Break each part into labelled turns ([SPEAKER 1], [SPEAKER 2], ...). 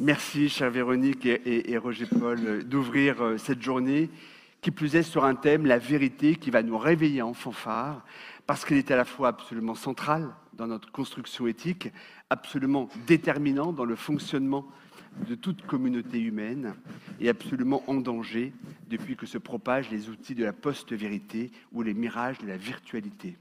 [SPEAKER 1] Merci, chère Véronique et Roger-Paul, d'ouvrir cette journée, qui plus est sur un thème, la vérité, qui va nous réveiller en fanfare, parce qu'elle est à la fois absolument centrale dans notre construction éthique, absolument déterminant dans le fonctionnement de toute communauté humaine et absolument en danger depuis que se propagent les outils de la post-vérité ou les mirages de la virtualité.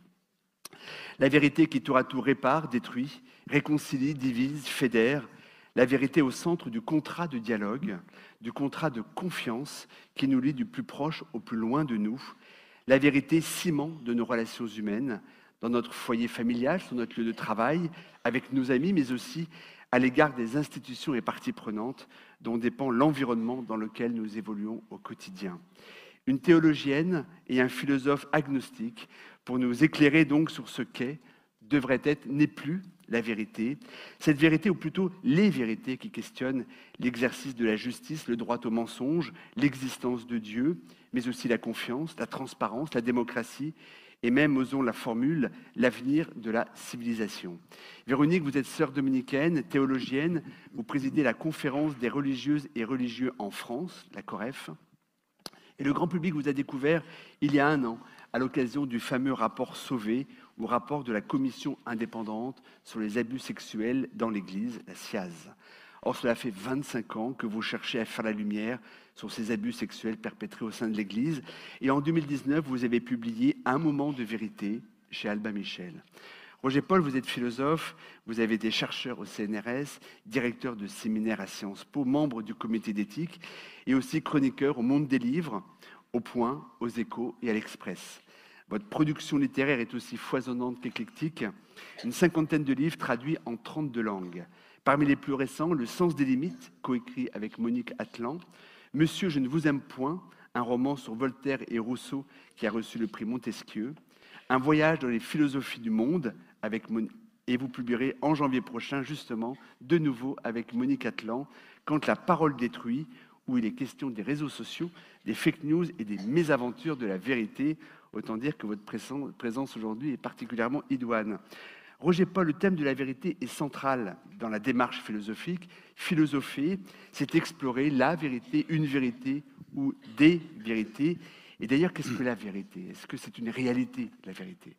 [SPEAKER 1] La vérité qui tour à tour répare, détruit, réconcilie, divise, fédère. La vérité au centre du contrat de dialogue, du contrat de confiance qui nous lie du plus proche au plus loin de nous. La vérité ciment de nos relations humaines, dans notre foyer familial, sur notre lieu de travail, avec nos amis, mais aussi à l'égard des institutions et parties prenantes dont dépend l'environnement dans lequel nous évoluons au quotidien. Une théologienne et un philosophe agnostique pour nous éclairer donc sur ce qu'est, devrait être, n'est plus la vérité. Cette vérité, ou plutôt les vérités qui questionnent l'exercice de la justice, le droit au mensonge, l'existence de Dieu, mais aussi la confiance, la transparence, la démocratie, et même, osons la formule, l'avenir de la civilisation. Véronique, vous êtes sœur dominicaine, théologienne, vous présidez la conférence des religieuses et religieux en France, la COREF, et le grand public vous a découvert il y a 1 an, à l'occasion du fameux rapport Sauvé, ou rapport de la commission indépendante sur les abus sexuels dans l'Église, la CIAZ. Or, cela fait 25 ans que vous cherchez à faire la lumière sur ces abus sexuels perpétrés au sein de l'Église. Et en 2019, vous avez publié Un moment de vérité chez Albin Michel. Roger-Paul, vous êtes philosophe, vous avez été chercheur au CNRS, directeur de séminaire à Sciences Po, membre du comité d'éthique et aussi chroniqueur au Monde des Livres, au Point, aux Échos et à l'Express. Votre production littéraire est aussi foisonnante qu'éclectique. Une 50aine de livres traduits en 32 langues. Parmi les plus récents, Le sens des limites, coécrit avec Monique Atlan. Monsieur, je ne vous aime point, un roman sur Voltaire et Rousseau qui a reçu le prix Montesquieu. Un voyage dans les philosophies du monde, et vous publierez en janvier prochain, justement, de nouveau avec Monique Atlan, Quand la parole détruit, où il est question des réseaux sociaux, des fake news et des mésaventures de la vérité. Autant dire que votre présence aujourd'hui est particulièrement idoine. Roger-Paul, le thème de la vérité est central dans la démarche philosophique. Philosopher, c'est explorer la vérité, une vérité ou des vérités. Et d'ailleurs, qu'est-ce que la vérité? Est-ce que c'est une réalité, la vérité?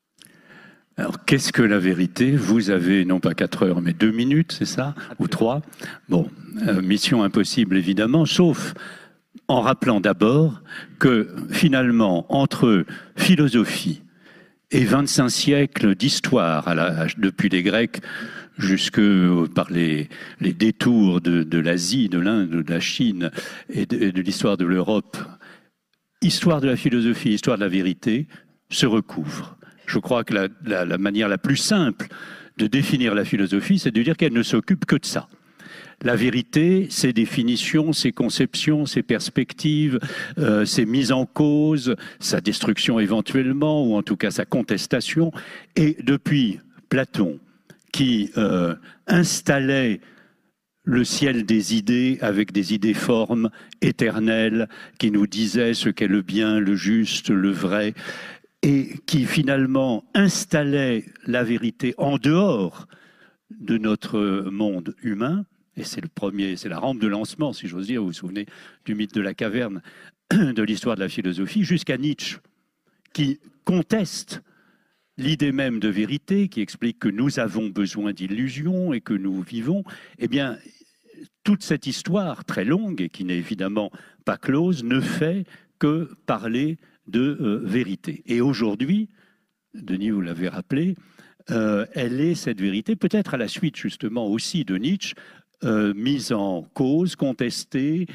[SPEAKER 2] Alors, qu'est-ce que la vérité? Vous avez non pas 4 heures, mais 2 minutes, c'est ça? Absolument. Ou 3. Bon, mission impossible, évidemment, sauf en rappelant d'abord que, finalement, entre philosophie et 25 siècles d'histoire, depuis les Grecs jusque par les détours de l'Asie, de l'Inde, de la Chine et de l'histoire de l'Europe, histoire de la philosophie, histoire de la vérité, se recouvrent. Je crois que la manière la plus simple de définir la philosophie, c'est de dire qu'elle ne s'occupe que de ça. La vérité, ses définitions, ses conceptions, ses perspectives, ses mises en cause, sa destruction éventuellement, ou en tout cas sa contestation. Et depuis Platon, qui installait le ciel des idées avec des idées-formes éternelles, qui nous disaient ce qu'est le bien, le juste, le vrai, et qui finalement installait la vérité en dehors de notre monde humain. Et c'est la rampe de lancement, si j'ose dire, vous vous souvenez du mythe de la caverne, de l'histoire de la philosophie, jusqu'à Nietzsche, qui conteste l'idée même de vérité, qui explique que nous avons besoin d'illusions et que nous vivons. Eh bien, toute cette histoire très longue, et qui n'est évidemment pas close, ne fait que parler de vérité. Et aujourd'hui, Denis, vous l'avez rappelé, elle est cette vérité, peut-être à la suite justement aussi de Nietzsche, mise en cause, contestée,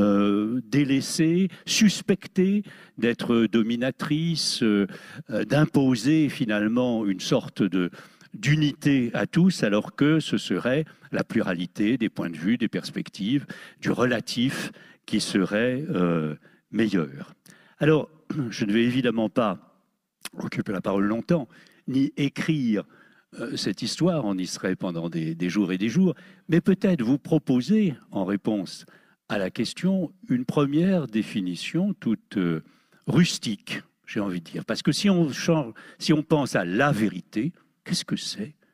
[SPEAKER 2] délaissée, suspectée d'être dominatrice, d'imposer finalement une sorte d'unité à tous, alors que ce serait la pluralité des points de vue, des perspectives, du relatif qui serait meilleur. Alors, je ne vais évidemment pas occuper la parole longtemps, ni écrire cette histoire, on y serait pendant des jours et des jours, mais peut-être vous proposer, en réponse à la question, une première définition toute rustique, j'ai envie de dire. Parce que si on pense à la vérité, qu'est-ce que c'est?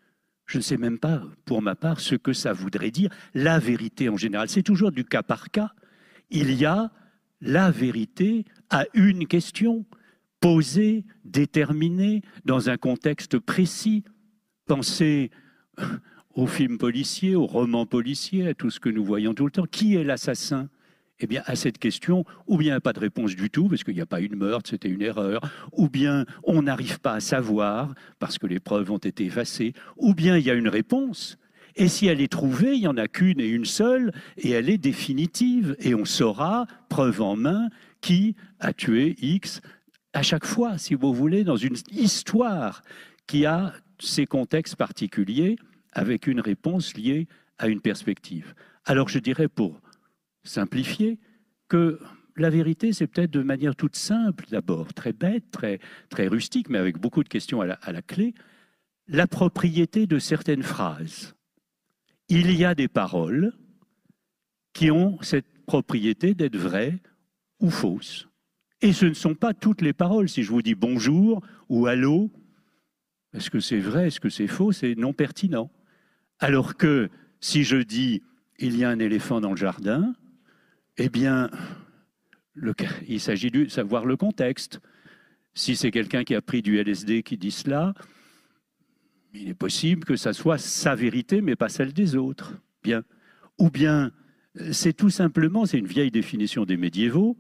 [SPEAKER 2] Je ne sais même pas, pour ma part, ce que ça voudrait dire. La vérité en général, c'est toujours du cas par cas. Il y a la vérité à une question, posée, déterminée, dans un contexte précis. Pensez aux films policiers, aux romans policiers, à tout ce que nous voyons tout le temps. Qui est l'assassin? Eh bien, à cette question, ou bien pas de réponse du tout, parce qu'il n'y a pas eu de meurtre, c'était une erreur, ou bien on n'arrive pas à savoir, parce que les preuves ont été effacées, ou bien il y a une réponse, et si elle est trouvée, il n'y en a qu'une et une seule, et elle est définitive, et on saura, preuve en main, qui a tué X à chaque fois, si vous voulez, dans une histoire qui a ces contextes particuliers, avec une réponse liée à une perspective. Alors je dirais, pour simplifier, que la vérité, c'est peut-être de manière toute simple, d'abord, très bête, très rustique, mais avec beaucoup de questions à la clé, la propriété de certaines phrases. Il y a des paroles qui ont cette propriété d'être vraies ou fausses. Et ce ne sont pas toutes les paroles. Si je vous dis bonjour ou allô, est-ce que c'est vrai, est-ce que c'est faux, c'est non pertinent. Alors que si je dis il y a un éléphant dans le jardin, eh bien, il s'agit de savoir le contexte. Si c'est quelqu'un qui a pris du LSD qui dit cela, il est possible que ça soit sa vérité, mais pas celle des autres. Bien. Ou bien, c'est tout simplement, c'est une vieille définition des médiévaux,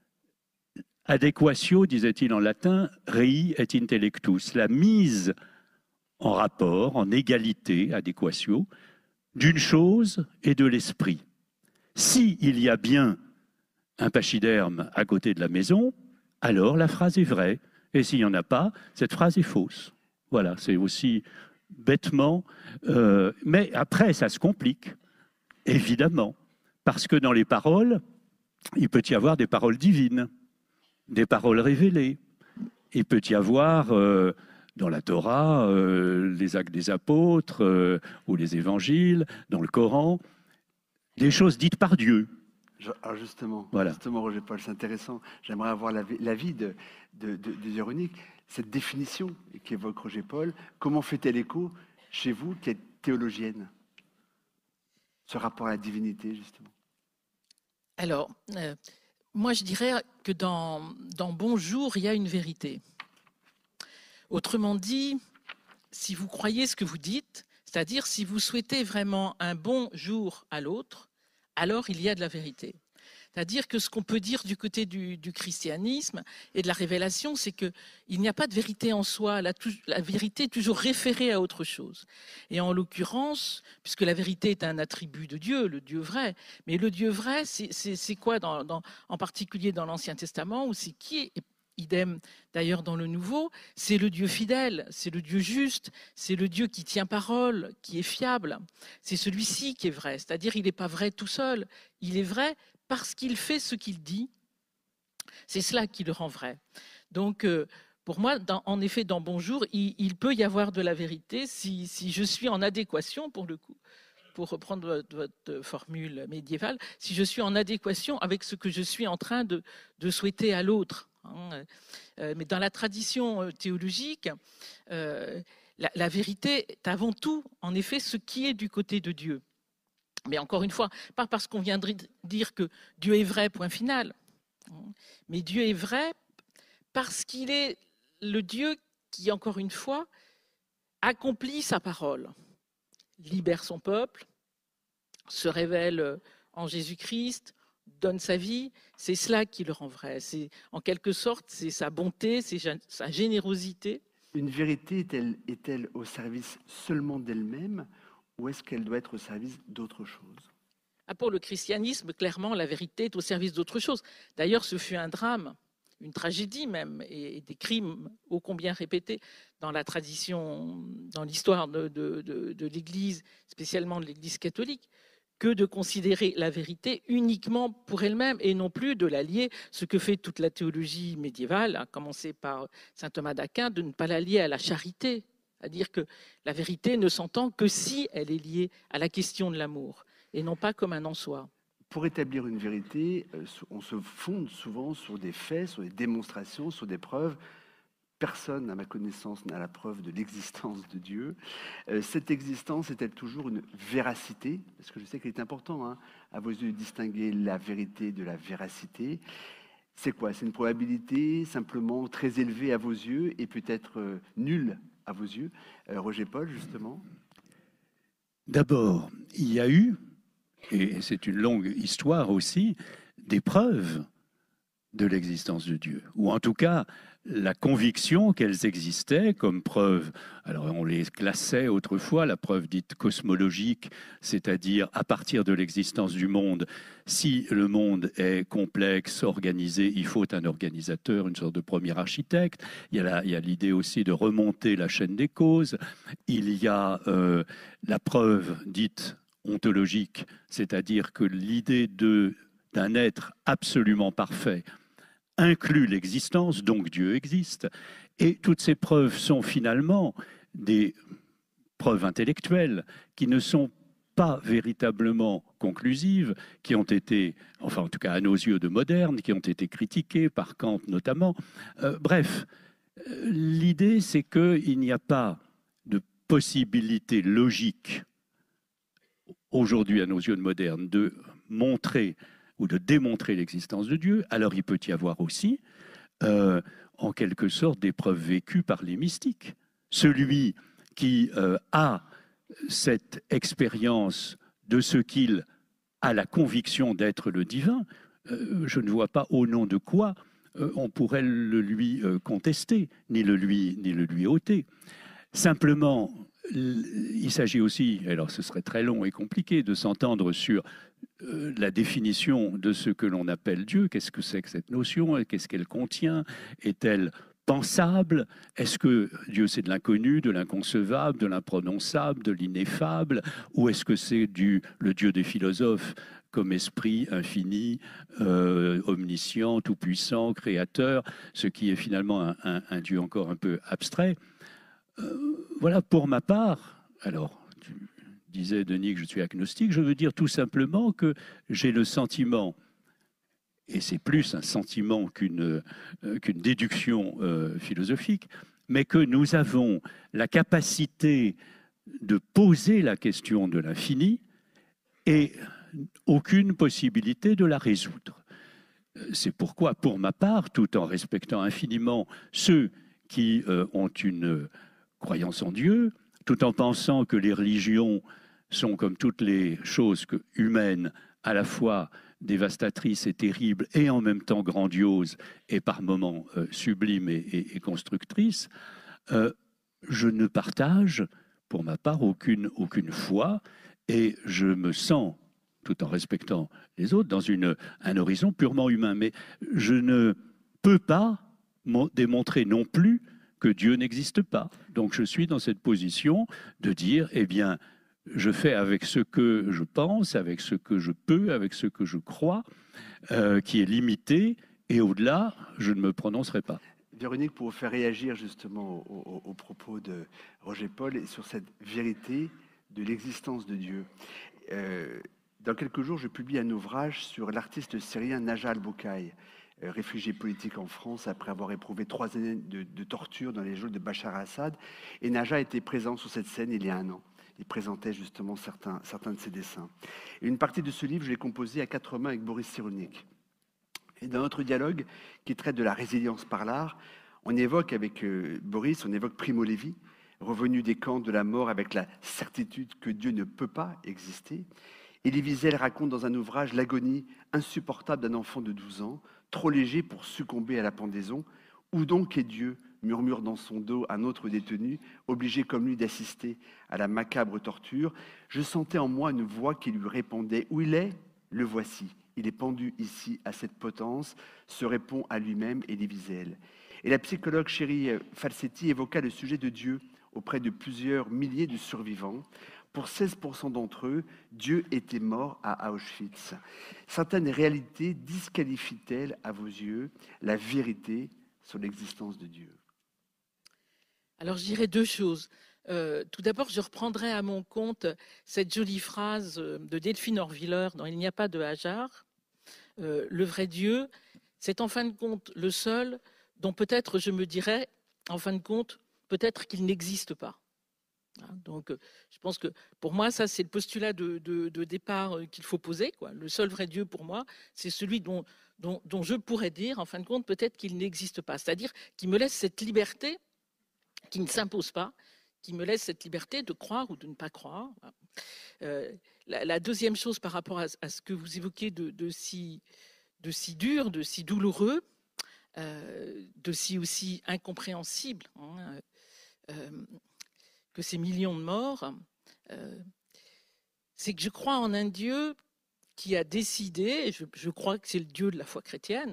[SPEAKER 2] adequatio, disait-il en latin, rei et intellectus, la mise en rapport, en égalité, adéquatio, d'une chose et de l'esprit. Si il y a bien un pachyderme à côté de la maison, alors la phrase est vraie. Et s'il n'y en a pas, cette phrase est fausse. Voilà, c'est aussi bêtement. Mais après, ça se complique, évidemment. Parce que dans les paroles, il peut y avoir des paroles divines, des paroles révélées. Il peut y avoir, dans la Torah, les actes des apôtres ou les évangiles, dans le Coran, des choses dites par Dieu.
[SPEAKER 1] Alors justement,
[SPEAKER 2] voilà.
[SPEAKER 1] Justement, Roger Paul, c'est intéressant. J'aimerais avoir l'avis de Véronique. Cette définition qu'évoque Roger Paul, comment fait-elle écho chez vous, qui êtes théologienne? Ce rapport à la divinité, justement.
[SPEAKER 3] Alors, moi je dirais que dans Bonjour, il y a une vérité. Autrement dit, si vous croyez ce que vous dites, c'est-à-dire si vous souhaitez vraiment un bon jour à l'autre, alors il y a de la vérité. C'est-à-dire que ce qu'on peut dire du côté du christianisme et de la révélation, c'est qu'il n'y a pas de vérité en soi. La vérité est toujours référée à autre chose. Et en l'occurrence, puisque la vérité est un attribut de Dieu, le Dieu vrai, mais le Dieu vrai, c'est quoi en particulier dans l'Ancien Testament, ou c'est qui est idem d'ailleurs dans le Nouveau, c'est le Dieu fidèle, c'est le Dieu juste, c'est le Dieu qui tient parole, qui est fiable. C'est celui-ci qui est vrai, c'est-à-dire il n'est pas vrai tout seul, il est vrai parce qu'il fait ce qu'il dit. C'est cela qui le rend vrai. Donc, pour moi, en effet, dans Bonjour, il peut y avoir de la vérité si je suis en adéquation, pour le coup, pour reprendre votre formule médiévale, si je suis en adéquation avec ce que je suis en train de souhaiter à l'autre. Mais dans la tradition théologique, la vérité est avant tout, en effet, ce qui est du côté de Dieu. Mais encore une fois, pas parce qu'on vient de dire que Dieu est vrai, point final, mais Dieu est vrai parce qu'il est le Dieu qui, encore une fois, accomplit sa parole, libère son peuple, se révèle en Jésus-Christ, donne sa vie, c'est cela qui le rend vrai. C'est, en quelque sorte, c'est sa bonté, c'est sa générosité.
[SPEAKER 1] Une vérité est-elle au service seulement d'elle-même, ou est-ce qu'elle doit être au service d'autre chose?
[SPEAKER 3] Pour le christianisme, clairement, la vérité est au service d'autre chose. D'ailleurs, ce fut un drame, une tragédie même, et des crimes ô combien répétés dans la tradition, dans l'histoire de l'Église, spécialement de l'Église catholique, que de considérer la vérité uniquement pour elle-même et non plus de la lier, ce que fait toute la théologie médiévale, à commencer par saint Thomas d'Aquin, de ne pas la lier à la charité. C'est-à-dire que la vérité ne s'entend que si elle est liée à la question de l'amour et non pas comme un en soi.
[SPEAKER 1] Pour établir une vérité, on se fonde souvent sur des faits, sur des démonstrations, sur des preuves. Personne, à ma connaissance, n'a la preuve de l'existence de Dieu. Cette existence est-elle toujours une véracité? Parce que je sais qu'il est important, hein, à vos yeux, de distinguer la vérité de la véracité. C'est quoi? C'est une probabilité simplement très élevée à vos yeux et peut-être nulle à vos yeux. Roger Paul, justement.
[SPEAKER 2] D'abord, il y a eu, et c'est une longue histoire aussi, des preuves de l'existence de Dieu, ou en tout cas la conviction qu'elles existaient comme preuve. Alors on les classait autrefois, la preuve dite cosmologique, c'est-à-dire à partir de l'existence du monde. Si le monde est complexe, organisé, il faut un organisateur, une sorte de premier architecte. Il y a l'idée aussi de remonter la chaîne des causes. Il y a la preuve dite ontologique, c'est-à-dire que l'idée d'un être absolument parfait inclut l'existence, donc Dieu existe. Et toutes ces preuves sont finalement des preuves intellectuelles qui ne sont pas véritablement conclusives, qui ont été, enfin en tout cas à nos yeux de modernes, qui ont été critiquées par Kant notamment. Bref, l'idée c'est qu'il n'y a pas de possibilité logique aujourd'hui à nos yeux de modernes de montrer ou de démontrer l'existence de Dieu. Alors il peut y avoir aussi, en quelque sorte, des preuves vécues par les mystiques. Celui qui a cette expérience de ce qu'il a la conviction d'être le divin, je ne vois pas au nom de quoi on pourrait le lui contester, ni le lui ôter. Simplement, il s'agit aussi, alors ce serait très long et compliqué de s'entendre sur la définition de ce que l'on appelle Dieu. Qu'est-ce que c'est que cette notion? Qu'est-ce qu'elle contient? Est-elle pensable? Est-ce que Dieu c'est de l'inconnu, de l'inconcevable, de l'imprononçable, de l'ineffable? Ou est-ce que c'est le Dieu des philosophes comme esprit infini, omniscient, tout-puissant, créateur, ce qui est finalement un Dieu encore un peu abstrait? Voilà, pour ma part, alors tu disais Denis que je suis agnostique, je veux dire tout simplement que j'ai le sentiment, et c'est plus un sentiment qu'une déduction philosophique, mais que nous avons la capacité de poser la question de l'infini et aucune possibilité de la résoudre. C'est pourquoi, pour ma part, tout en respectant infiniment ceux qui ont une croyance en Dieu, tout en pensant que les religions sont, comme toutes les choses humaines, à la fois dévastatrices et terribles, et en même temps grandioses, et par moments sublimes et constructrices, je ne partage, pour ma part, aucune foi, et je me sens, tout en respectant les autres, dans un horizon purement humain. Mais je ne peux pas démontrer non plus que Dieu n'existe pas. Donc je suis dans cette position de dire, eh bien, je fais avec ce que je pense, avec ce que je peux, avec ce que je crois, qui est limité, et au-delà, je ne me prononcerai pas.
[SPEAKER 1] Véronique, pour vous faire réagir justement aux propos de Roger Paul et sur cette vérité de l'existence de Dieu. Dans quelques jours, je publie un ouvrage sur l'artiste syrien Najah al-Bokai, réfugié politique en France après avoir éprouvé 3 années de torture dans les geôles de Bachar al-Assad. Et Najah était présent sur cette scène il y a 1 an. Il présentait justement certains de ses dessins. Et une partie de ce livre, je l'ai composé à 4 mains avec Boris Cyrulnik. Et dans notre dialogue, qui traite de la résilience par l'art, on évoque avec Boris, on évoque Primo Levi, revenu des camps de la mort avec la certitude que Dieu ne peut pas exister. Elie Wiesel raconte dans un ouvrage l'agonie insupportable d'un enfant de 12 ans, trop léger pour succomber à la pendaison. Où donc est Dieu? Murmure dans son dos un autre détenu, obligé comme lui d'assister à la macabre torture. Je sentais en moi une voix qui lui répondait: où il est? Le voici. Il est pendu ici à cette potence, se répond à lui-même Elie Wiesel. Et la psychologue Chérie Falsetti évoqua le sujet de Dieu auprès de plusieurs milliers de survivants. Pour 16% d'entre eux, Dieu était mort à Auschwitz. Certaines réalités disqualifient-elles, à vos yeux, la vérité sur l'existence de Dieu?
[SPEAKER 3] Alors, je dirais 2 choses. Tout d'abord, je reprendrai à mon compte cette jolie phrase de Delphine Orwiller dans Il n'y a pas de hasard. Le vrai Dieu, c'est en fin de compte le seul dont peut-être je me dirais en fin de compte, peut-être qu'il n'existe pas. Donc, je pense que pour moi, ça, c'est le postulat de départ qu'il faut poser, quoi. Le seul vrai Dieu, pour moi, c'est celui dont je pourrais dire, en fin de compte, peut-être qu'il n'existe pas. C'est-à-dire qu'il me laisse cette liberté qui ne s'impose pas, qui me laisse cette liberté de croire ou de ne pas croire. La deuxième chose par rapport à ce que vous évoquez de si dur, de si douloureux, de si aussi incompréhensible, que ces millions de morts, c'est que je crois en un Dieu qui a décidé, et je crois que c'est le Dieu de la foi chrétienne,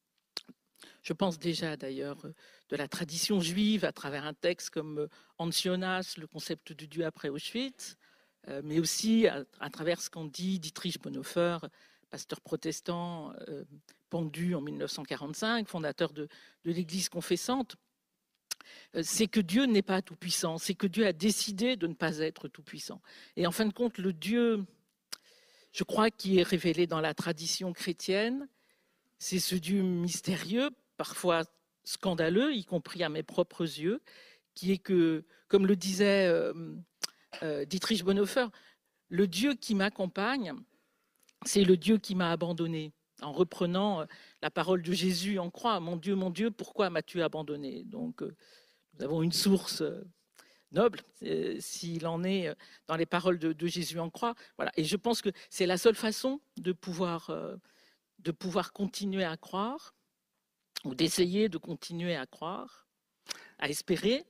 [SPEAKER 3] je pense déjà d'ailleurs de la tradition juive à travers un texte comme Ancionas, le concept du Dieu après Auschwitz, mais aussi à travers ce qu'en dit Dietrich Bonhoeffer, pasteur protestant pendu en 1945, fondateur de l'Église confessante. C'est que Dieu n'est pas tout-puissant, c'est que Dieu a décidé de ne pas être tout-puissant. Et en fin de compte, le Dieu, je crois, qui est révélé dans la tradition chrétienne, c'est ce Dieu mystérieux, parfois scandaleux, y compris à mes propres yeux, qui est que, comme le disait Dietrich Bonhoeffer, le Dieu qui m'accompagne, c'est le Dieu qui m'a abandonné. En reprenant la parole de Jésus en croix, mon Dieu, pourquoi m'as-tu abandonné? Donc, nous avons une source noble, s'il en est dans les paroles de Jésus en croix. Voilà. Et je pense que c'est la seule façon de pouvoir continuer à croire, ou d'essayer de continuer à croire, à espérer,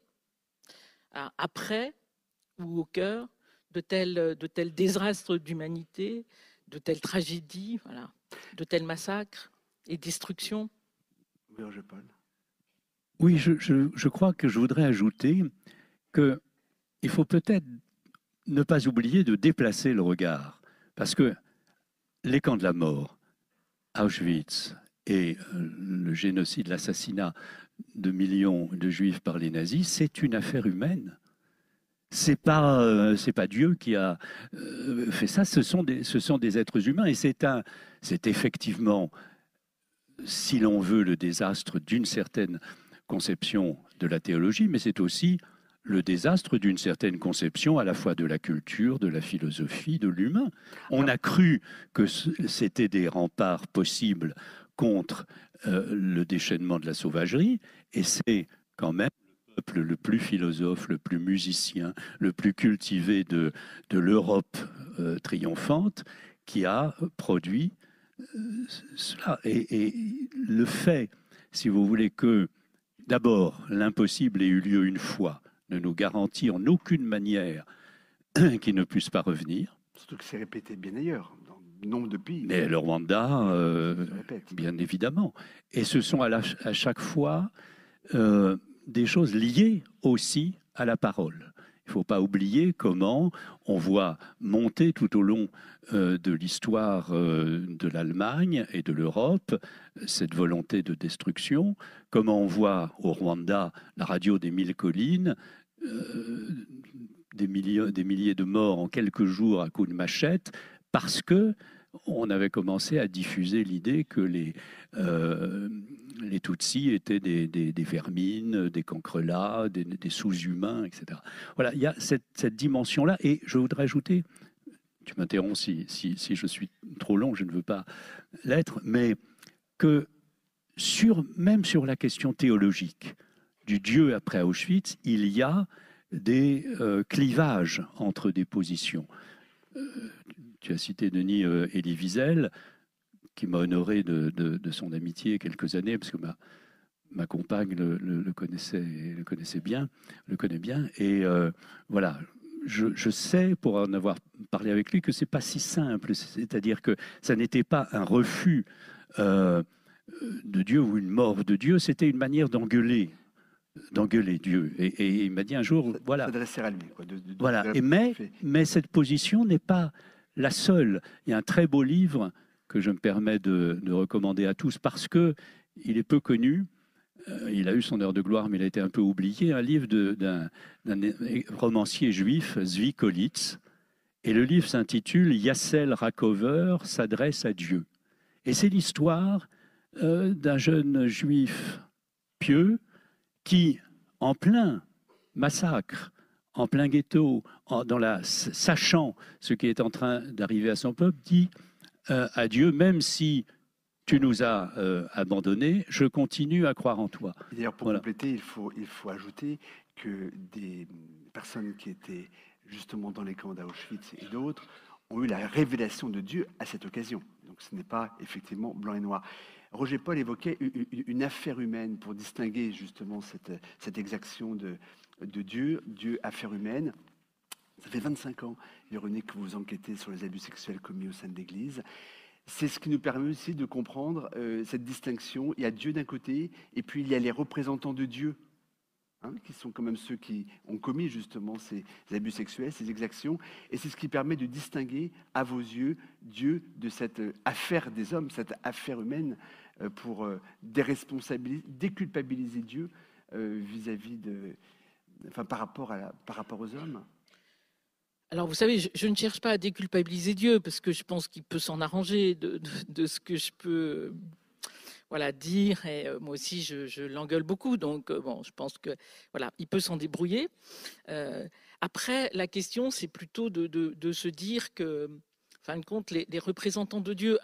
[SPEAKER 3] après ou au cœur de tels désastres d'humanité, de telles tragédies, voilà, de tels massacres et destructions.
[SPEAKER 1] Oui, Roger-Paul.
[SPEAKER 2] Oui, je crois que je voudrais ajouter qu'il faut peut-être ne pas oublier de déplacer le regard, parce que les camps de la mort, Auschwitz et le génocide, l'assassinat de millions de juifs par les nazis, c'est une affaire humaine. C'est pas Dieu qui a fait ça, ce sont des êtres humains, et c'est effectivement, si l'on veut, le désastre d'une certaine conception de la théologie, mais c'est aussi le désastre d'une certaine conception à la fois de la culture, de la philosophie, de l'humain. On a cru que c'était des remparts possibles contre le déchaînement de la sauvagerie, et c'est quand même le peuple le plus philosophe, le plus musicien, le plus cultivé de l'Europe triomphante qui a produit cela. Et le fait, si vous voulez, que d'abord l'impossible ait eu lieu une fois, ne nous garantit en aucune manière qu'il ne puisse pas revenir.
[SPEAKER 1] Surtout que c'est répété bien ailleurs, dans nombre de pays.
[SPEAKER 2] Mais le Rwanda, bien évidemment. Et ce sont à chaque fois des choses liées aussi à la parole. Il ne faut pas oublier comment on voit monter tout au long de l'histoire de l'Allemagne et de l'Europe cette volonté de destruction, comment on voit au Rwanda la radio des 1000 collines, des milliers de morts en quelques jours à coups de machette, parce que on avait commencé à diffuser l'idée que les Tutsis étaient des vermines, des cancrelats, des sous-humains, etc. Voilà, il y a cette dimension-là. Et je voudrais ajouter, tu m'interromps si je suis trop long, je ne veux pas l'être, mais que même sur la question théologique du Dieu après Auschwitz, il y a des clivages entre des positions. Tu as cité, Denis, Elie Wiesel, qui m'a honoré de son amitié quelques années, parce que ma compagne le connaît bien. Et voilà, je sais, pour en avoir parlé avec lui, que c'est pas si simple. C'est-à-dire que ça n'était pas un refus de Dieu ou une mort de Dieu, c'était une manière d'engueuler Dieu. Et il m'a dit un jour, voilà.
[SPEAKER 1] S'adresser à lui. Quoi,
[SPEAKER 2] voilà. Mais cette position n'est pas la seule. Il y a un très beau livre que je me permets de recommander à tous parce que il est peu connu. Il a eu son heure de gloire, mais il a été un peu oublié. Un livre d'un romancier juif, Zvi Kolitz. Et le livre s'intitule Yassel Rakover s'adresse à Dieu. Et c'est l'histoire d'un jeune juif pieux qui, en plein massacre, en plein ghetto, sachant ce qui est en train d'arriver à son peuple, dit à Dieu, même si tu nous as abandonnés, je continue à croire en toi.
[SPEAKER 1] D'ailleurs, pour compléter, il faut ajouter que des personnes qui étaient justement dans les camps d'Auschwitz et d'autres ont eu la révélation de Dieu à cette occasion. Donc ce n'est pas effectivement blanc et noir. Roger Paul évoquait une affaire humaine pour distinguer justement cette exaction de Dieu, affaire humaine. Ça fait 25 ans, Véronique, que vous enquêtez sur les abus sexuels commis au sein de l'Église. C'est ce qui nous permet aussi de comprendre cette distinction. Il y a Dieu d'un côté, et puis il y a les représentants de Dieu, qui sont quand même ceux qui ont commis justement ces abus sexuels, ces exactions. Et c'est ce qui permet de distinguer, à vos yeux, Dieu de cette affaire des hommes, cette affaire humaine, pour déculpabiliser Dieu vis-à-vis par rapport aux hommes.
[SPEAKER 3] Alors, vous savez, je ne cherche pas à déculpabiliser Dieu, parce que je pense qu'il peut s'en arranger de ce que je peux dire. Et moi aussi, je l'engueule beaucoup. Donc, je pense que il peut s'en débrouiller. Après, la question, c'est plutôt de se dire que, en fin de compte, les représentants de Dieu,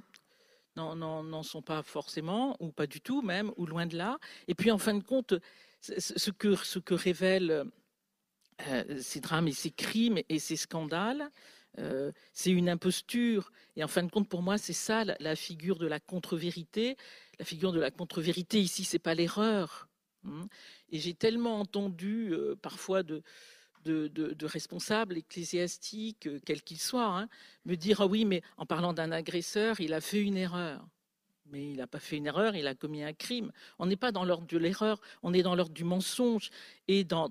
[SPEAKER 3] n'en sont pas forcément, ou pas du tout même, ou loin de là. Et puis, en fin de compte, ce que révèlent ces drames et ces crimes et ces scandales, c'est une imposture. Et en fin de compte, pour moi, c'est ça la figure de la contre-vérité. La figure de la contre-vérité ici, c'est pas l'erreur. Et j'ai tellement entendu parfois de responsables ecclésiastiques, quels qu'ils soient, me dire ah oui, mais en parlant d'un agresseur, il a fait une erreur. Mais il n'a pas fait une erreur, il a commis un crime. On n'est pas dans l'ordre de l'erreur, on est dans l'ordre du mensonge. Et dans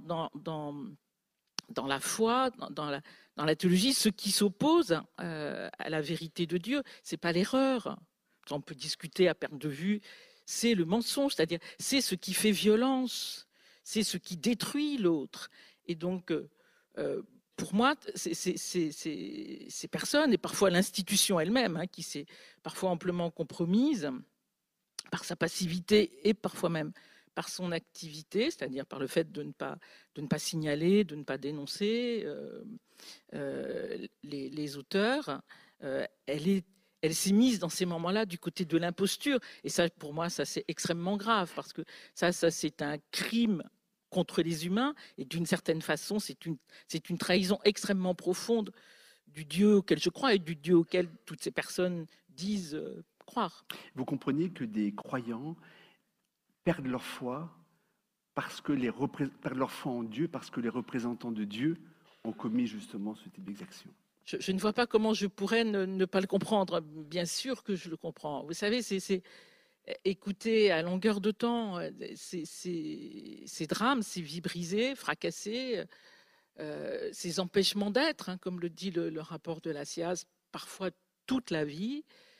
[SPEAKER 3] la foi, dans la théologie, ce qui s'oppose à la vérité de Dieu, c'est pas l'erreur. On peut discuter à perte de vue, c'est le mensonge, c'est-à-dire c'est ce qui fait violence, c'est ce qui détruit l'autre. Et donc, pour moi, ces personnes, et parfois l'institution elle-même, qui s'est parfois amplement compromise par sa passivité et parfois même par son activité, c'est-à-dire par le fait de ne pas signaler, de ne pas dénoncer les auteurs, elle s'est mise dans ces moments-là du côté de l'imposture. Et ça, pour moi, ça c'est extrêmement grave, parce que ça c'est un crime contre les humains, et d'une certaine façon, c'est une trahison extrêmement profonde du Dieu auquel je crois et du Dieu auquel toutes ces personnes disent croire.
[SPEAKER 1] Vous comprenez que des croyants perdent leur foi perdent leur foi en Dieu parce que les représentants de Dieu ont commis justement ce type d'exaction.
[SPEAKER 3] Je ne vois pas comment je pourrais ne pas le comprendre. Bien sûr que je le comprends. Vous savez, c'est écouter à longueur de temps ces drames, ces vies brisées, fracassées, ces empêchements d'être, comme le dit le rapport de la SIAZ, parfois toute la vie,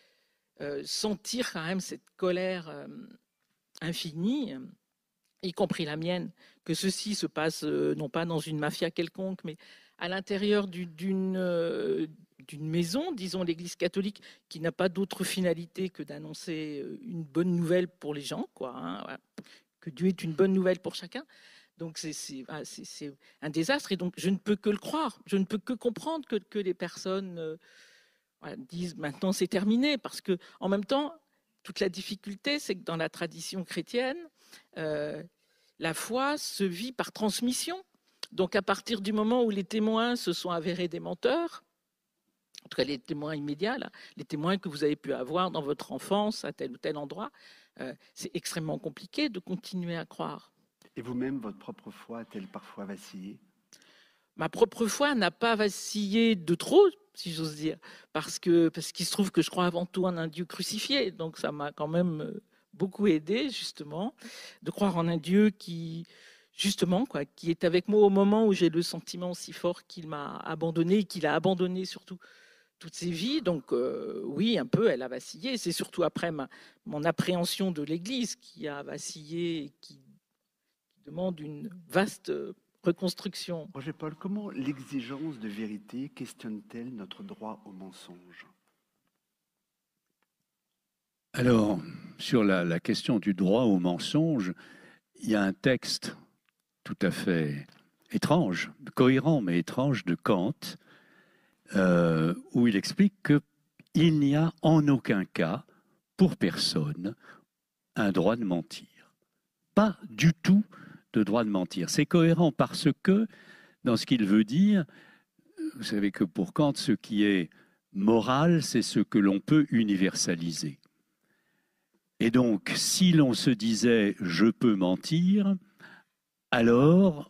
[SPEAKER 3] sentir quand même cette colère infinie, y compris la mienne, que ceci se passe non pas dans une mafia quelconque, mais à l'intérieur d'une maison, disons l'Église catholique, qui n'a pas d'autre finalité que d'annoncer une bonne nouvelle pour les gens, que Dieu est une bonne nouvelle pour chacun. Donc c'est un désastre, et donc je ne peux que le croire, je ne peux que comprendre que les personnes disent maintenant c'est terminé, parce que en même temps, toute la difficulté, c'est que dans la tradition chrétienne, la foi se vit par transmission. Donc à partir du moment où les témoins se sont avérés des menteurs, en tout cas les témoins immédiats, les témoins que vous avez pu avoir dans votre enfance à tel ou tel endroit, c'est extrêmement compliqué de continuer à croire.
[SPEAKER 1] Et vous-même, votre propre foi a-t-elle parfois vacillé ?
[SPEAKER 3] Ma propre foi n'a pas vacillé de trop, si j'ose dire, parce qu'il se trouve que je crois avant tout en un Dieu crucifié, donc ça m'a quand même beaucoup aidé, justement, de croire en un Dieu qui, justement, qui est avec moi au moment où j'ai le sentiment si fort qu'il m'a abandonné, et qu'il a abandonné surtout toutes ses vies. Donc oui, un peu, elle a vacillé. C'est surtout après mon appréhension de l'Église qui a vacillé et qui demande une vaste reconstruction.
[SPEAKER 1] Roger Paul, comment l'exigence de vérité questionne-t-elle notre droit au mensonge ?
[SPEAKER 2] Alors, sur la question du droit au mensonge, il y a un texte tout à fait étrange, cohérent mais étrange de Kant, où il explique qu'il n'y a en aucun cas, pour personne, un droit de mentir. Pas du tout de droit de mentir. C'est cohérent parce que, dans ce qu'il veut dire, vous savez que pour Kant, ce qui est moral, c'est ce que l'on peut universaliser. Et donc, si l'on se disait « je peux mentir », alors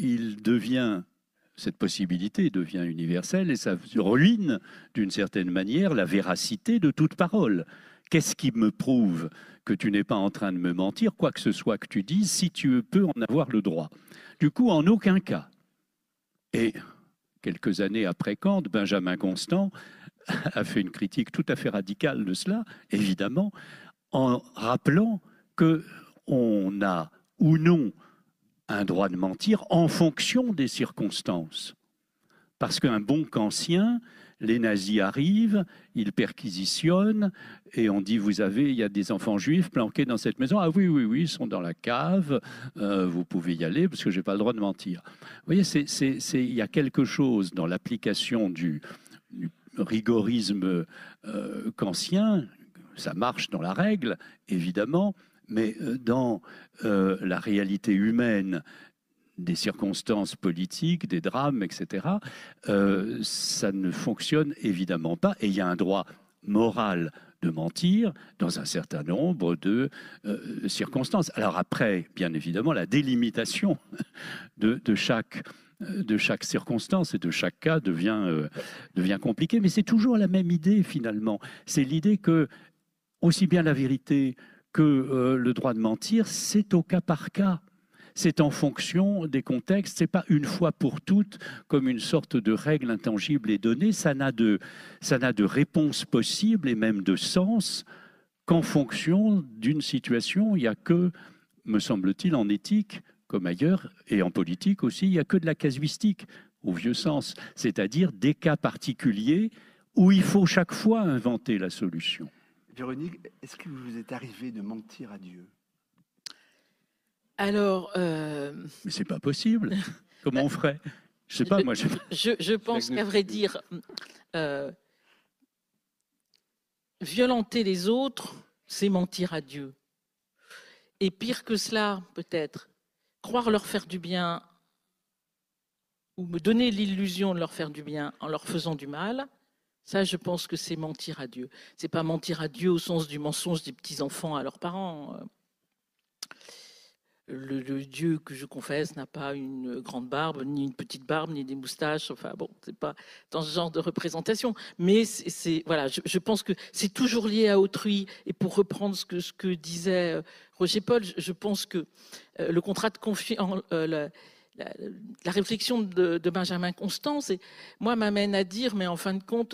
[SPEAKER 2] cette possibilité devient universelle et ça ruine d'une certaine manière la véracité de toute parole. Qu'est-ce qui me prouve que tu n'es pas en train de me mentir, quoi que ce soit que tu dises, si tu peux en avoir le droit? Du coup, en aucun cas. Et quelques années après Kant, Benjamin Constant a fait une critique tout à fait radicale de cela, évidemment, en rappelant qu'on a ou non un droit de mentir en fonction des circonstances. Parce qu'un bon kantien, les nazis arrivent, ils perquisitionnent et on dit il y a des enfants juifs planqués dans cette maison. Ah oui, ils sont dans la cave, vous pouvez y aller parce que je n'ai pas le droit de mentir. Vous voyez, il y a quelque chose dans l'application du rigorisme kantien, ça marche dans la règle, évidemment, mais dans la réalité humaine des circonstances politiques, des drames, etc., ça ne fonctionne évidemment pas. Et il y a un droit moral de mentir dans un certain nombre de circonstances. Alors après, bien évidemment, la délimitation de chaque circonstance et de chaque cas devient compliquée. Mais c'est toujours la même idée, finalement. C'est l'idée que aussi bien la vérité que le droit de mentir, c'est au cas par cas. C'est en fonction des contextes, ce n'est pas une fois pour toutes comme une sorte de règle intangible et donnée, ça n'a de réponse possible et même de sens qu'en fonction d'une situation. Il n'y a que, me semble-t-il, en éthique, comme ailleurs, et en politique aussi, il n'y a que de la casuistique, au vieux sens, c'est-à-dire des cas particuliers où il faut chaque fois inventer la solution.
[SPEAKER 1] Véronique, est-ce que vous est arrivé de mentir à Dieu?
[SPEAKER 3] Alors,
[SPEAKER 2] mais c'est pas possible. Comment on ferait? Je sais pas, moi.
[SPEAKER 3] Je pense qu'à vrai dire, violenter les autres, c'est mentir à Dieu. Et pire que cela, peut-être, croire leur faire du bien ou me donner l'illusion de leur faire du bien en leur faisant du mal, ça, je pense que c'est mentir à Dieu. C'est pas mentir à Dieu au sens du mensonge des petits-enfants à leurs parents. Le Dieu que je confesse n'a pas une grande barbe, ni une petite barbe, ni des moustaches. Enfin bon, c'est pas dans ce genre de représentation. Mais voilà, je pense que c'est toujours lié à autrui. Et pour reprendre ce que disait Roger Paul, je pense que le contrat de confiance, la réflexion de Benjamin Constant, moi m'amène à dire, mais en fin de compte,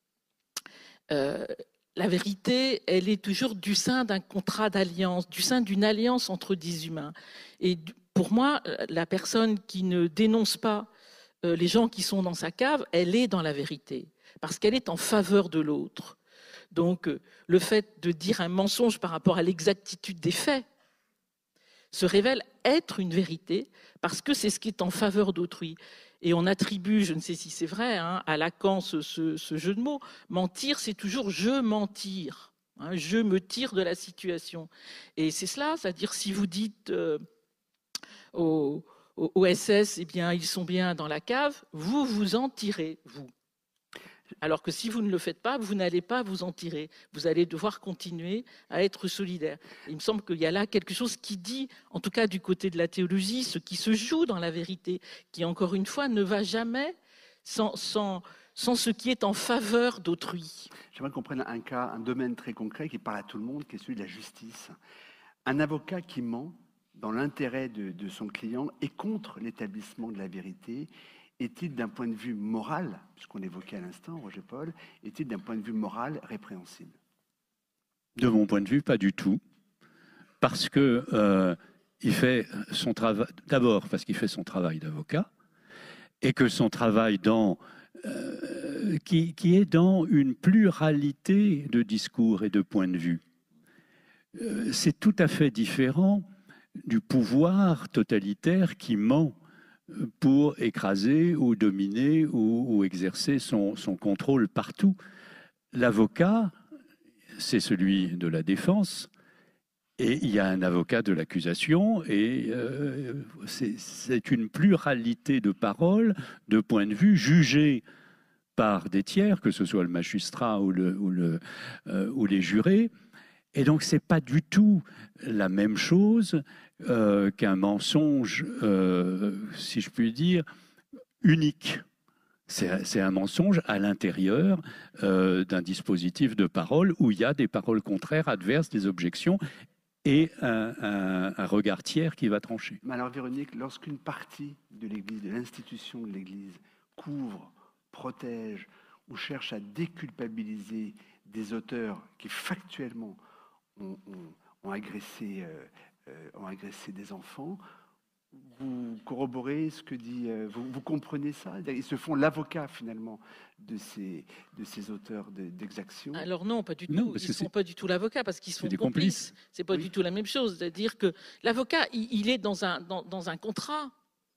[SPEAKER 3] la vérité, elle est toujours du sein d'un contrat d'alliance, du sein d'une alliance entre 10 humains. Et pour moi, la personne qui ne dénonce pas les gens qui sont dans sa cave, elle est dans la vérité, parce qu'elle est en faveur de l'autre. Donc, le fait de dire un mensonge par rapport à l'exactitude des faits se révèle être une vérité, parce que c'est ce qui est en faveur d'autrui. Et on attribue, je ne sais si c'est vrai, à Lacan ce jeu de mots. Mentir, c'est toujours « je mentir ». Je me tire de la situation. Et c'est cela, c'est-à-dire si vous dites au SS, eh bien, ils sont bien dans la cave, vous vous en tirez, vous. Alors que si vous ne le faites pas, vous n'allez pas vous en tirer. Vous allez devoir continuer à être solidaire. Il me semble qu'il y a là quelque chose qui dit, en tout cas du côté de la théologie, ce qui se joue dans la vérité, qui encore une fois ne va jamais sans ce qui est en faveur d'autrui.
[SPEAKER 1] J'aimerais qu'on prenne un cas, un domaine très concret qui parle à tout le monde, qui est celui de la justice. Un avocat qui ment dans l'intérêt de son client et contre l'établissement de la vérité, est-il d'un point de vue moral, puisqu'on l'évoquait à l'instant, Roger Paul, est-il d'un point de vue moral répréhensible?
[SPEAKER 2] De mon point de vue, pas du tout. Parce que il fait son travail, d'abord parce qu'il fait son travail d'avocat, et que son travail qui est dans une pluralité de discours et de points de vue. C'est tout à fait différent du pouvoir totalitaire qui ment pour écraser ou dominer ou exercer son contrôle partout. L'avocat, c'est celui de la défense, et il y a un avocat de l'accusation, et c'est une pluralité de paroles, de points de vue jugés par des tiers, que ce soit le magistrat ou les jurés. Et donc, ce n'est pas du tout la même chose qu'un mensonge, si je puis dire, unique. C'est un mensonge à l'intérieur d'un dispositif de parole où il y a des paroles contraires, adverses, des objections et un regard tiers qui va trancher.
[SPEAKER 1] Mais alors, Véronique, lorsqu'une partie de l'Église, de l'institution de l'Église, couvre, protège ou cherche à déculpabiliser des auteurs qui factuellement ont agressé des enfants, vous corroborez ce que dit, vous comprenez ça? Ils se font l'avocat finalement de ces auteurs d'exactions.
[SPEAKER 3] Alors non, pas du tout. Ils ne sont pas du tout l'avocat parce qu'ils sont complices. C'est pas du tout la même chose. C'est-à-dire que l'avocat, il est dans un contrat.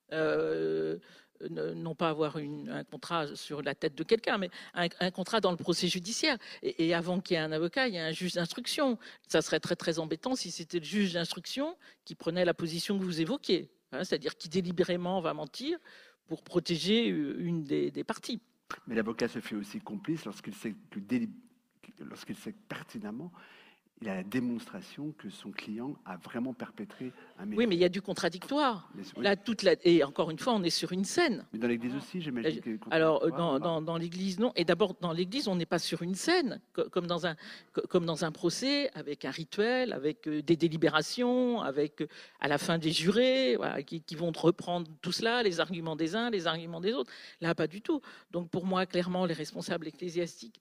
[SPEAKER 3] Non pas avoir un contrat sur la tête de quelqu'un, mais un contrat dans le procès judiciaire. Et avant qu'il y ait un avocat, il y a un juge d'instruction. Ça serait très très embêtant si c'était le juge d'instruction qui prenait la position que vous évoquiez, c'est-à-dire qui délibérément va mentir pour protéger une des parties.
[SPEAKER 1] Mais l'avocat se fait aussi complice lorsqu'il sait pertinemment, il a la démonstration que son client a vraiment perpétré un méfait.
[SPEAKER 3] Oui, mais il y a du contradictoire. Là, et encore une fois, on est sur une scène.
[SPEAKER 1] Mais dans l'Église aussi, j'imagine que...
[SPEAKER 3] Alors, dans l'Église, non. Et d'abord, dans l'Église, on n'est pas sur une scène, comme dans un procès, avec un rituel, avec des délibérations, avec à la fin des jurés, voilà, qui vont reprendre tout cela, les arguments des uns, les arguments des autres. Là, pas du tout. Donc, pour moi, clairement, les responsables ecclésiastiques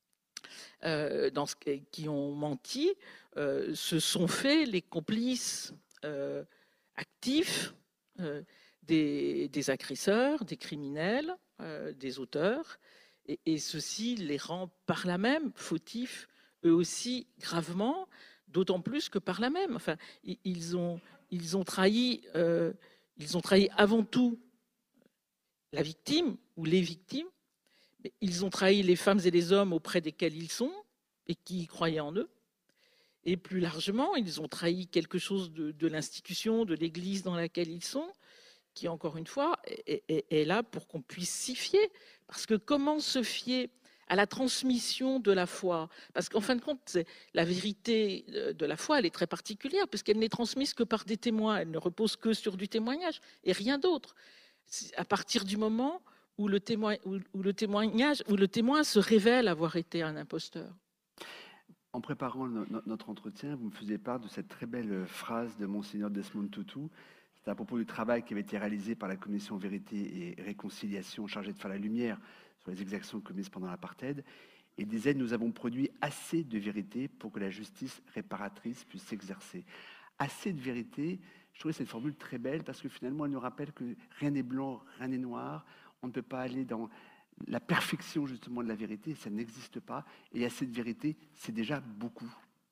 [SPEAKER 3] qui ont menti, se sont fait les complices actifs des agresseurs, des criminels, des auteurs, et ceci les rend par là même fautifs, eux aussi gravement, d'autant plus que par là même. Enfin, ils ont trahi avant tout la victime ou les victimes. Ils ont trahi les femmes et les hommes auprès desquels ils sont et qui croyaient en eux. Et plus largement, ils ont trahi quelque chose de l'institution, de l'Église dans laquelle ils sont, qui, encore une fois, est là pour qu'on puisse s'y fier. Parce que comment se fier à la transmission de la foi? Parce qu'en fin de compte, la vérité de la foi, elle est très particulière, puisqu'elle n'est transmise que par des témoins. Elle ne repose que sur du témoignage et rien d'autre. À partir du moment où le témoin se révèle avoir été un imposteur.
[SPEAKER 1] En préparant notre entretien, vous me faisiez part de cette très belle phrase de Monseigneur Desmond Tutu. C'était à propos du travail qui avait été réalisé par la Commission Vérité et Réconciliation chargée de faire la lumière sur les exactions commises pendant l'apartheid. Et il disait, nous avons produit assez de vérité pour que la justice réparatrice puisse s'exercer. Assez de vérité, je trouvais cette formule très belle parce que finalement, elle nous rappelle que rien n'est blanc, rien n'est noir. On ne peut pas aller dans la perfection justement de la vérité, ça n'existe pas. Et assez de vérité, c'est déjà beaucoup.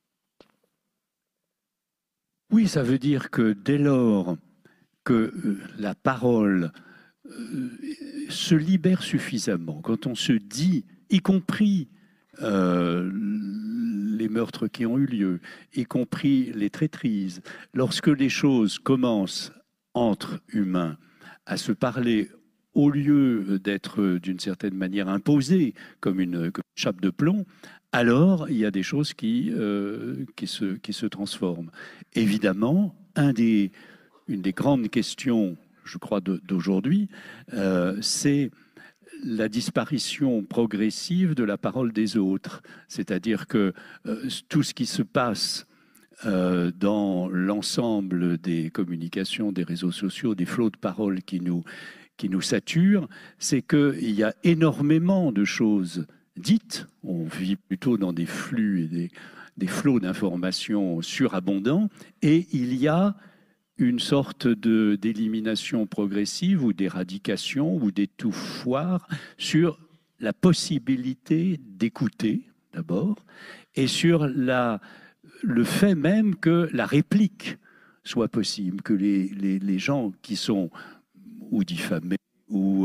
[SPEAKER 2] Oui, ça veut dire que dès lors que la parole se libère suffisamment, quand on se dit, y compris les meurtres qui ont eu lieu, y compris les traîtrises, lorsque les choses commencent entre humains à se parler au lieu d'être d'une certaine manière imposées comme une chape de plomb, alors il y a des choses qui se transforment. Évidemment, une des grandes questions, je crois, d'aujourd'hui, c'est la disparition progressive de la parole des autres. C'est-à-dire que tout ce qui se passe dans l'ensemble des communications, des réseaux sociaux, des flots de paroles qui nous saturent, c'est qu'il y a énormément de choses dites. On vit plutôt dans des flux et des flots d'informations surabondants, et il y a une sorte d'élimination progressive ou d'éradication ou d'étouffoir sur la possibilité d'écouter d'abord, et sur le fait même que la réplique soit possible, que les gens qui sont ou diffamés ou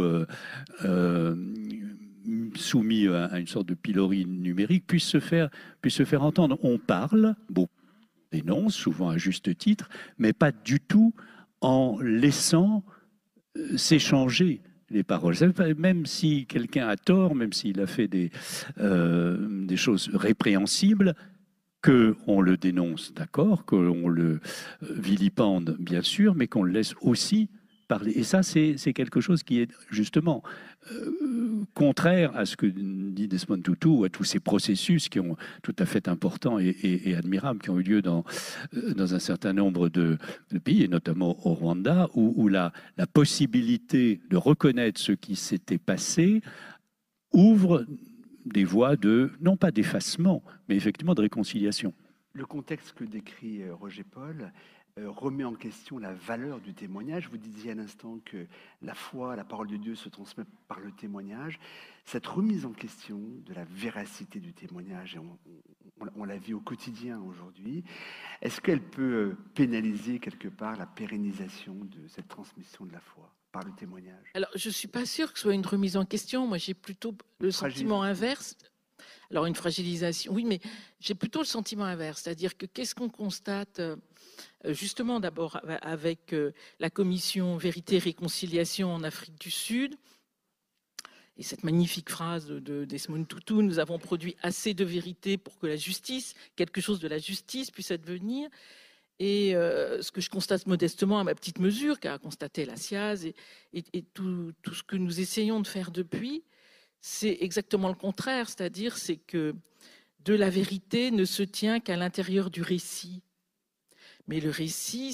[SPEAKER 2] soumis à une sorte de pilori numérique puissent se faire entendre. On parle, beaucoup dénoncent, souvent à juste titre, mais pas du tout en laissant s'échanger les paroles. Même si quelqu'un a tort, même s'il a fait des choses répréhensibles, qu'on le dénonce, d'accord, qu'on le vilipende, bien sûr, mais qu'on le laisse aussi parler. Et ça, c'est quelque chose qui est justement contraire à ce que dit Desmond Tutu, ou à tous ces processus qui ont tout à fait importants et admirables, qui ont eu lieu dans un certain nombre de pays, et notamment au Rwanda, où la possibilité de reconnaître ce qui s'était passé ouvre des voies de, non pas d'effacement, mais effectivement de réconciliation.
[SPEAKER 1] Le contexte que décrit Roger Paul remet en question la valeur du témoignage. Vous disiez à l'instant que la foi, la parole de Dieu se transmet par le témoignage. Cette remise en question de la véracité du témoignage, et on la vit au quotidien aujourd'hui, est-ce qu'elle peut pénaliser quelque part la pérennisation de cette transmission de la foi par le témoignage?
[SPEAKER 3] Alors, je ne suis pas sûre que ce soit une remise en question. Moi, j'ai plutôt le sentiment inverse. Alors, une fragilisation, oui, mais j'ai plutôt le sentiment inverse. C'est-à-dire que qu'est-ce qu'on constate justement d'abord avec la commission Vérité et Réconciliation en Afrique du Sud, et cette magnifique phrase de Desmond Tutu, nous avons produit assez de vérité pour que la justice, quelque chose de la justice puisse advenir. Et ce que je constate modestement à ma petite mesure, qu'a constaté la SIAZ et tout ce que nous essayons de faire depuis, c'est exactement le contraire, c'est-à-dire c'est que de la vérité ne se tient qu'à l'intérieur du récit. Mais le récit,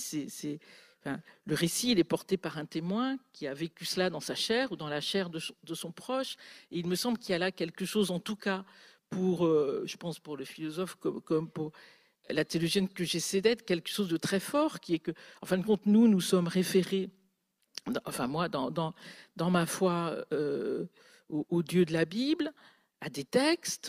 [SPEAKER 3] le récit, il est porté par un témoin qui a vécu cela dans sa chair ou dans la chair de son proche. Et il me semble qu'il y a là quelque chose, en tout cas, je pense pour le philosophe comme pour la théologienne que j'essaie d'être, quelque chose de très fort, qui est que, en fin de compte, nous sommes référés, enfin moi, dans ma foi au Dieu de la Bible, à des textes,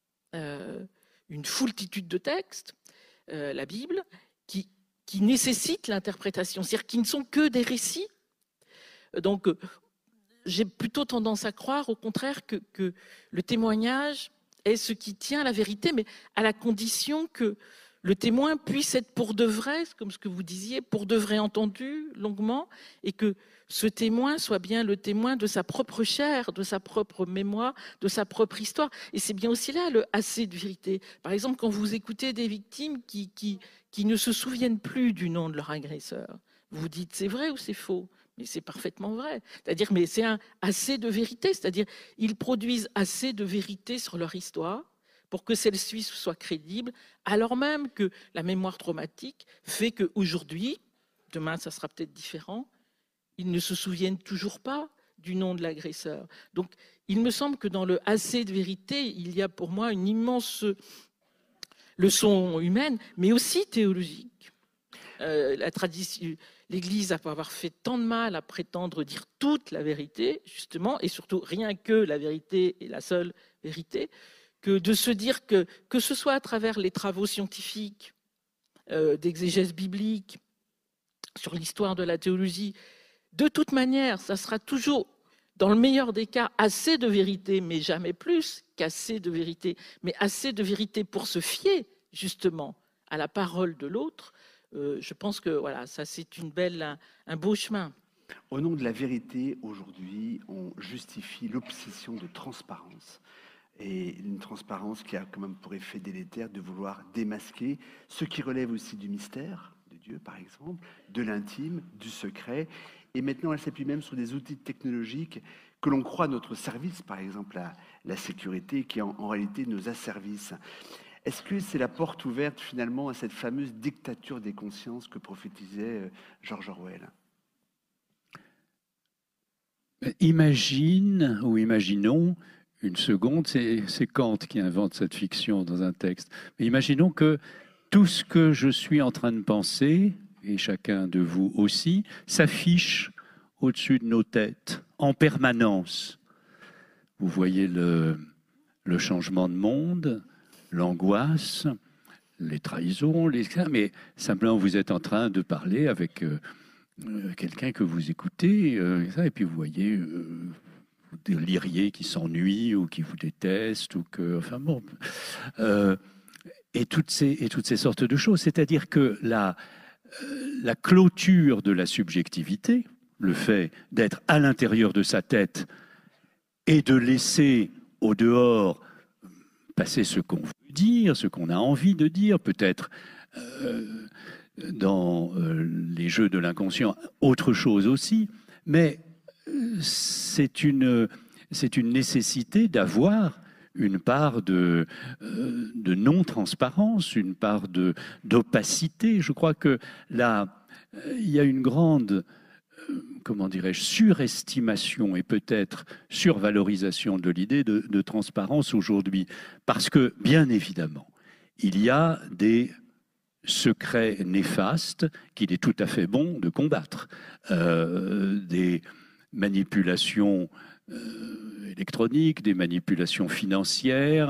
[SPEAKER 3] une foultitude de textes, la Bible, qui nécessitent l'interprétation, c'est-à-dire qui ne sont que des récits. Donc, j'ai plutôt tendance à croire, au contraire, que le témoignage est ce qui tient à la vérité, mais à la condition que le témoin puisse être pour de vrai, comme ce que vous disiez, pour de vrai entendu longuement, et que ce témoin soit bien le témoin de sa propre chair, de sa propre mémoire, de sa propre histoire. Et c'est bien aussi là le assez de vérité. Par exemple, quand vous écoutez des victimes qui ne se souviennent plus du nom de leur agresseur, vous vous dites c'est vrai ou c'est faux? Mais c'est parfaitement vrai. C'est-à-dire, mais c'est un assez de vérité. C'est-à-dire, ils produisent assez de vérité sur leur histoire pour que celle-ci soit crédible, alors même que la mémoire traumatique fait qu'aujourd'hui, demain ça sera peut-être différent, ils ne se souviennent toujours pas du nom de l'agresseur. Donc, il me semble que dans le assez de vérité, il y a pour moi une immense leçon humaine, mais aussi théologique. L'Église a pas avoir fait tant de mal à prétendre dire toute la vérité, justement, et surtout rien que la vérité est la seule vérité, que de se dire que ce soit à travers les travaux scientifiques, d'exégèse biblique, sur l'histoire de la théologie, de toute manière, ça sera toujours, dans le meilleur des cas, assez de vérité, mais jamais plus qu'assez de vérité, mais assez de vérité pour se fier, justement, à la parole de l'autre. Je pense que voilà, ça c'est un beau chemin.
[SPEAKER 1] Au nom de la vérité, aujourd'hui, on justifie l'obsession de transparence. Et une transparence qui a quand même pour effet délétère de vouloir démasquer ce qui relève aussi du mystère de Dieu, par exemple, de l'intime, du secret. Et maintenant, elle s'appuie même sur des outils technologiques que l'on croit à notre service, par exemple la sécurité, qui en réalité nous asservissent. Est-ce que c'est la porte ouverte finalement à cette fameuse dictature des consciences que prophétisait George Orwell?
[SPEAKER 2] Imaginons une seconde, c'est Kant qui invente cette fiction dans un texte. Mais imaginons que tout ce que je suis en train de penser, et chacun de vous aussi, s'affiche au-dessus de nos têtes en permanence. Vous voyez le changement de monde, l'angoisse, les trahisons, mais simplement vous êtes en train de parler avec quelqu'un que vous écoutez, et puis vous voyez des lyriers qui s'ennuient ou qui vous détestent, ou que, enfin bon, et toutes ces sortes de choses. C'est-à-dire que la clôture de la subjectivité, le fait d'être à l'intérieur de sa tête et de laisser au dehors passer ce qu'on veut dire, ce qu'on a envie de dire, peut-être dans les jeux de l'inconscient, autre chose aussi, mais c'est une nécessité d'avoir une part de non-transparence, une part d'opacité. Je crois que là, il y a une grande, comment dirais-je, surestimation et peut-être survalorisation de l'idée de transparence aujourd'hui. Parce que, bien évidemment, il y a des secrets néfastes qu'il est tout à fait bon de combattre. Des manipulations électroniques, des manipulations financières,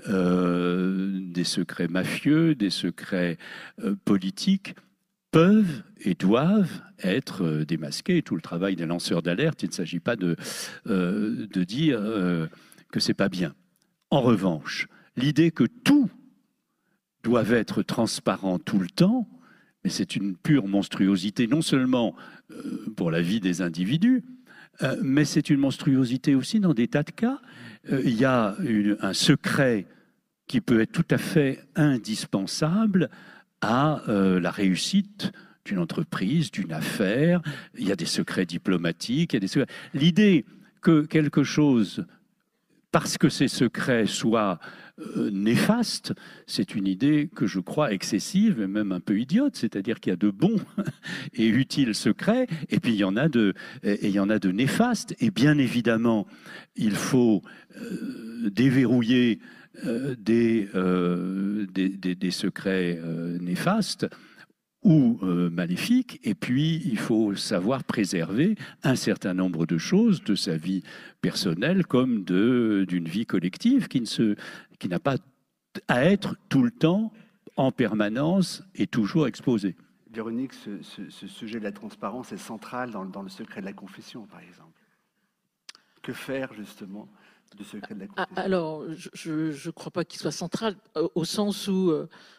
[SPEAKER 2] des secrets mafieux, des secrets politiques peuvent et doivent être démasqués. Tout le travail des lanceurs d'alerte, il ne s'agit pas de dire que c'est pas bien. En revanche, l'idée que tout doit être transparent tout le temps, mais c'est une pure monstruosité, non seulement pour la vie des individus, mais c'est une monstruosité aussi dans des tas de cas. Il y a un secret qui peut être tout à fait indispensable à la réussite d'une entreprise, d'une affaire. Il y a des secrets diplomatiques. L'idée que quelque chose, parce que ces secrets soient néfastes, c'est une idée que je crois excessive et même un peu idiote. C'est-à-dire qu'il y a de bons et utiles secrets, et puis il y en a de néfastes. Et bien évidemment, il faut déverrouiller des secrets néfastes ou maléfiques, et puis il faut savoir préserver un certain nombre de choses de sa vie personnelle comme d'une vie collective qui n'a pas à être tout le temps, en permanence et toujours exposée.
[SPEAKER 1] Véronique, ce sujet de la transparence est central dans le secret de la confession, par exemple. Que faire justement du secret de la confession?
[SPEAKER 3] Alors, je ne crois pas qu'il soit central, au sens où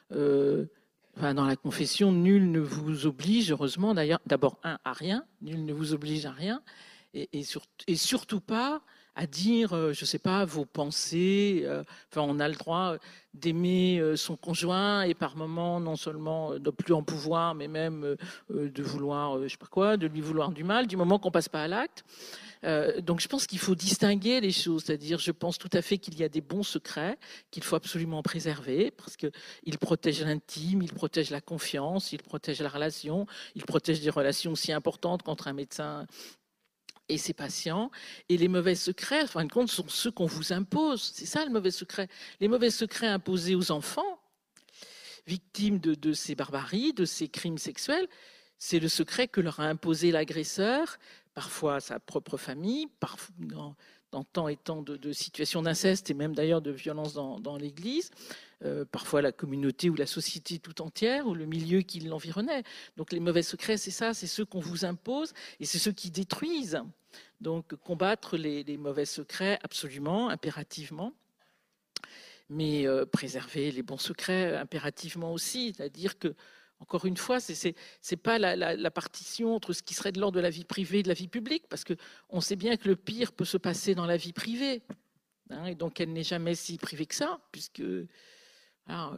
[SPEAKER 3] dans la confession, nul ne vous oblige, heureusement d'ailleurs, d'abord à rien, nul ne vous oblige à rien, et surtout pas à dire, je ne sais pas, vos pensées. On a le droit d'aimer son conjoint et par moments, non seulement de plus en pouvoir, mais même de vouloir, je sais pas quoi, de lui vouloir du mal, du moment qu'on passe pas à l'acte. Donc je pense qu'il faut distinguer les choses, c'est-à-dire je pense tout à fait qu'il y a des bons secrets qu'il faut absolument préserver parce qu'ils protègent l'intime, ils protègent la confiance, ils protègent la relation, ils protègent des relations aussi importantes qu'entre un médecin et ses patients. Et les mauvais secrets, en fin de compte, sont ceux qu'on vous impose. C'est ça le mauvais secret. Les mauvais secrets imposés aux enfants, victimes de ces barbaries, de ces crimes sexuels, c'est le secret que leur a imposé l'agresseur, parfois sa propre famille, parfois dans tant et tant de situations d'inceste et même d'ailleurs de violence dans l'Église, parfois la communauté ou la société tout entière ou le milieu qui l'environnait. Donc les mauvais secrets, c'est ça, c'est ceux qu'on vous impose et c'est ceux qui détruisent. Donc combattre les mauvais secrets, absolument, impérativement, mais préserver les bons secrets impérativement aussi, c'est-à-dire que encore une fois, ce n'est pas la partition entre ce qui serait de l'ordre de la vie privée et de la vie publique, parce qu'on sait bien que le pire peut se passer dans la vie privée, hein, et donc elle n'est jamais si privée que ça, puisque à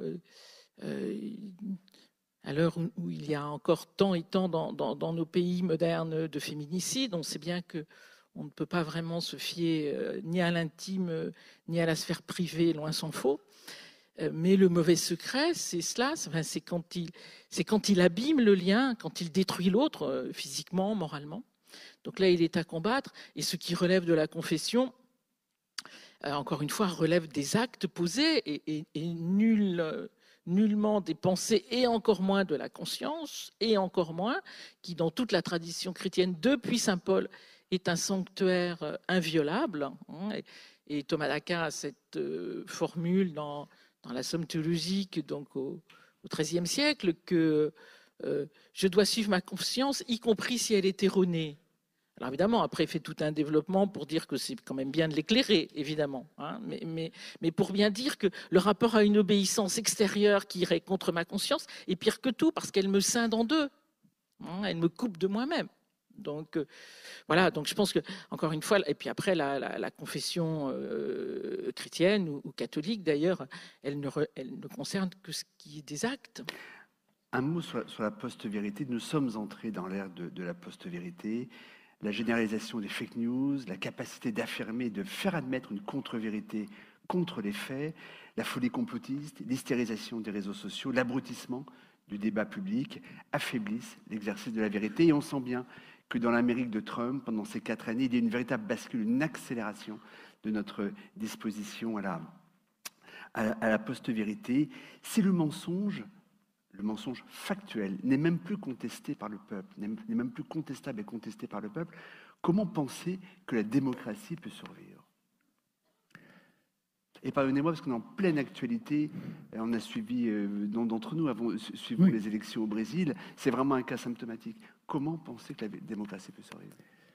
[SPEAKER 3] l'heure où il y a encore tant et tant dans nos pays modernes de féminicide, on sait bien qu'on ne peut pas vraiment se fier ni à l'intime, ni à la sphère privée, loin s'en faut. Mais le mauvais secret, c'est cela, c'est quand il abîme le lien, quand il détruit l'autre, physiquement, moralement. Donc là, il est à combattre. Et ce qui relève de la confession, encore une fois, relève des actes posés et nullement des pensées, et encore moins de la conscience, et encore moins, qui dans toute la tradition chrétienne, depuis saint Paul, est un sanctuaire inviolable. Et Thomas d'Aquin a cette formule dans dans la somme théologique, donc au XIIIe siècle, que je dois suivre ma conscience, y compris si elle est erronée. Alors évidemment, après, il fait tout un développement pour dire que c'est quand même bien de l'éclairer, évidemment. Hein, mais pour bien dire que le rapport à une obéissance extérieure qui irait contre ma conscience est pire que tout, parce qu'elle me scinde en deux. Hein, elle me coupe de moi-même. Donc voilà, donc je pense que, encore une fois, et puis après, la confession chrétienne ou catholique, d'ailleurs, elle ne concerne que ce qui est des actes.
[SPEAKER 1] Un mot sur la post-vérité. Nous sommes entrés dans l'ère de la post-vérité. La généralisation des fake news, la capacité d'affirmer, de faire admettre une contre-vérité contre les faits, la folie complotiste, l'hystérisation des réseaux sociaux, l'abrutissement du débat public affaiblissent l'exercice de la vérité. Et on sent bien que dans l'Amérique de Trump, pendant ces 4 années, il y a une véritable bascule, une accélération de notre disposition à la post-vérité. Si le mensonge factuel n'est même plus contesté par le peuple, n'est même plus contestable et contesté par le peuple, comment penser que la démocratie peut survivre? Et pardonnez-moi, parce qu'on est en pleine actualité, on a suivi, d'entre nous avons suivi les élections au Brésil, c'est vraiment un cas symptomatique. Comment penser que la démocratie peut survivre?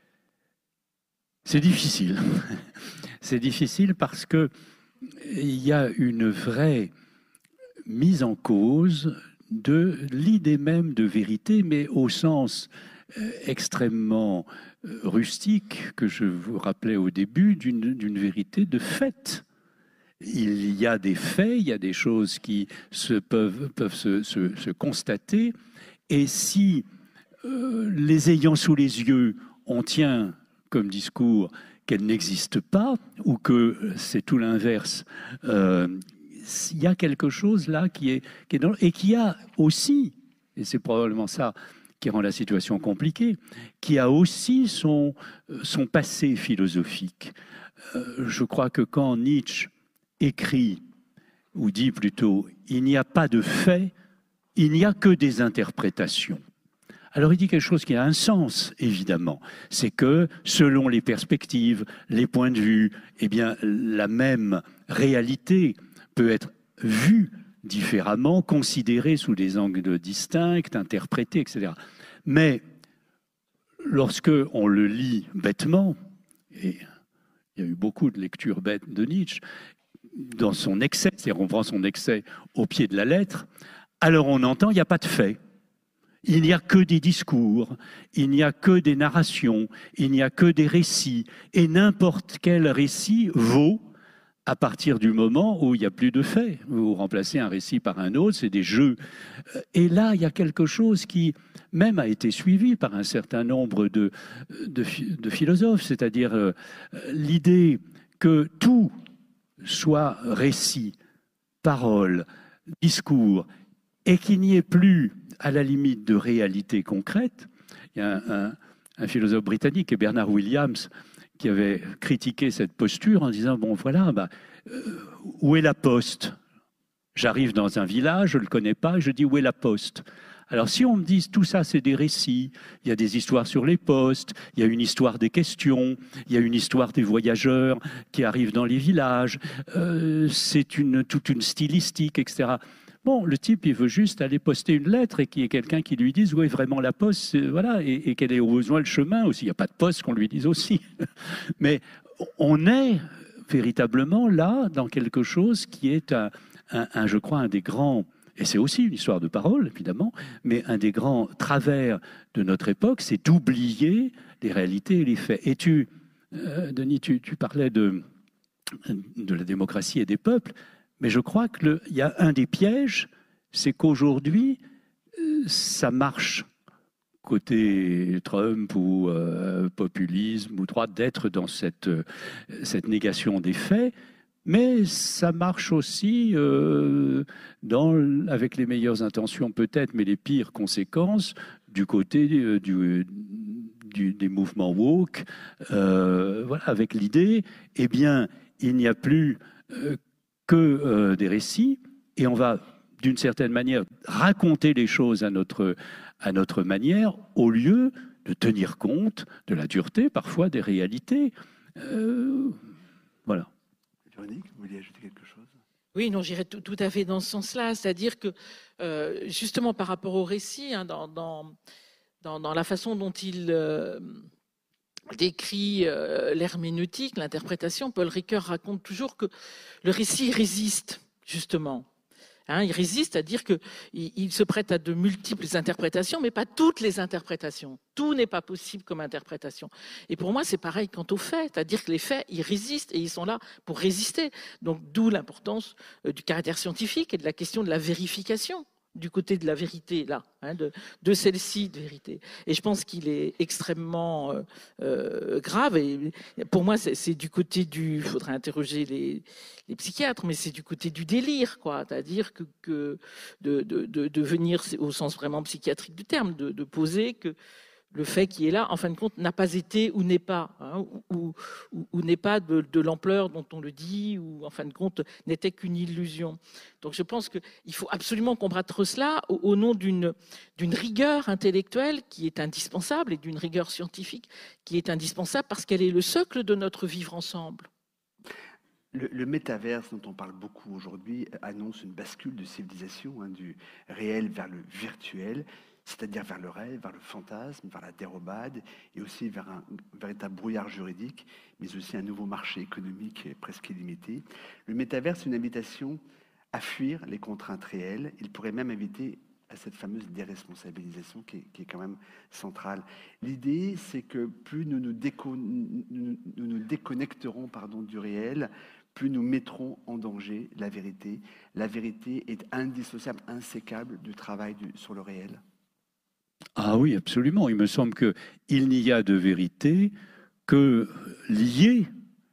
[SPEAKER 2] C'est difficile. C'est difficile parce qu'il y a une vraie mise en cause de l'idée même de vérité, mais au sens extrêmement rustique que je vous rappelais au début, d'une vérité de fait. Il y a des faits, il y a des choses qui peuvent se constater, et si les ayant sous les yeux, on tient comme discours qu'elles n'existent pas, ou que c'est tout l'inverse, il y a quelque chose là qui est dans, et qui a aussi, et c'est probablement ça qui rend la situation compliquée, qui a aussi son passé philosophique. Je crois que quand Nietzsche écrit, ou dit plutôt, il n'y a pas de fait, il n'y a que des interprétations. Alors il dit quelque chose qui a un sens, évidemment. C'est que selon les perspectives, les points de vue, eh bien, la même réalité peut être vue différemment, considérée sous des angles distincts, interprétée, etc. Mais lorsque on le lit bêtement, et il y a eu beaucoup de lectures bêtes de Nietzsche, dans son excès, c'est-à-dire on prend son excès au pied de la lettre, alors on entend il n'y a pas de fait. Il n'y a que des discours, il n'y a que des narrations, il n'y a que des récits. Et n'importe quel récit vaut à partir du moment où il n'y a plus de faits. Vous remplacez un récit par un autre, c'est des jeux. Et là, il y a quelque chose qui même a été suivi par un certain nombre de philosophes, c'est-à-dire l'idée que tout soit récit, parole, discours, et qu'il n'y ait plus, à la limite, de réalité concrète. Il y a un philosophe britannique, Bernard Williams, qui avait critiqué cette posture en disant, bon voilà, où est la poste? J'arrive dans un village, je ne le connais pas, et je dis, où est la poste? Alors si on me dit tout ça, c'est des récits, il y a des histoires sur les postes, il y a une histoire des questions, il y a une histoire des voyageurs qui arrivent dans les villages, c'est toute une stylistique, etc. Bon, le type, il veut juste aller poster une lettre et qu'il y ait quelqu'un qui lui dise où est vraiment la poste, voilà, et quel est au besoin le chemin aussi. Il n'y a pas de poste qu'on lui dise aussi. Mais on est véritablement là dans quelque chose qui est, je crois, un des grands... Et c'est aussi une histoire de parole, évidemment, mais un des grands travers de notre époque, c'est d'oublier les réalités et les faits. Et Denis, tu parlais de la démocratie et des peuples, mais je crois qu'il y a un des pièges, c'est qu'aujourd'hui, ça marche, côté Trump ou populisme ou droite, d'être dans cette négation des faits, mais ça marche aussi avec les meilleures intentions peut-être, mais les pires conséquences du côté des mouvements woke, voilà, avec l'idée, eh bien, il n'y a plus que des récits, et on va d'une certaine manière raconter les choses à notre manière, au lieu de tenir compte de la dureté parfois des réalités. Voilà.
[SPEAKER 1] Véronique, vous vouliez ajouter quelque chose?
[SPEAKER 3] Oui, non, j'irais tout à fait dans ce sens-là. C'est-à-dire que, justement, par rapport au récit, hein, dans la façon dont il décrit l'herméneutique, l'interprétation, Paul Ricoeur raconte toujours que le récit résiste, justement. Hein, il résiste, à dire qu'il se prête à de multiples interprétations, mais pas toutes les interprétations. Tout n'est pas possible comme interprétation. Et pour moi, c'est pareil quant aux faits, c'est-à-dire que les faits, ils résistent et ils sont là pour résister. Donc, d'où l'importance du caractère scientifique et de la question de la vérification du côté de la vérité, là, hein, de celle-ci de vérité. Et je pense qu'il est extrêmement grave. Et pour moi, c'est du côté du... Il faudrait interroger les psychiatres, mais c'est du côté du délire, quoi. C'est-à-dire que de venir, au sens vraiment psychiatrique du terme, de poser que le fait qui est là, en fin de compte, n'a pas été ou n'est pas, hein, ou n'est pas de l'ampleur dont on le dit, ou en fin de compte, n'était qu'une illusion. Donc je pense qu'il faut absolument combattre cela au nom d'une rigueur intellectuelle qui est indispensable et d'une rigueur scientifique qui est indispensable parce qu'elle est le socle de notre vivre ensemble.
[SPEAKER 1] Le métaverse dont on parle beaucoup aujourd'hui annonce une bascule de civilisation, hein, du réel vers le virtuel, c'est-à-dire vers le rêve, vers le fantasme, vers la dérobade, et aussi vers un véritable brouillard juridique, mais aussi un nouveau marché économique presque illimité. Le métaverse est une invitation à fuir les contraintes réelles. Il pourrait même inviter à cette fameuse déresponsabilisation qui est quand même centrale. L'idée, c'est que plus nous nous déconnecterons du réel, plus nous mettrons en danger la vérité. La vérité est indissociable, insécable du travail sur le réel.
[SPEAKER 2] Ah oui, absolument. Il me semble qu'il n'y a de vérité que liée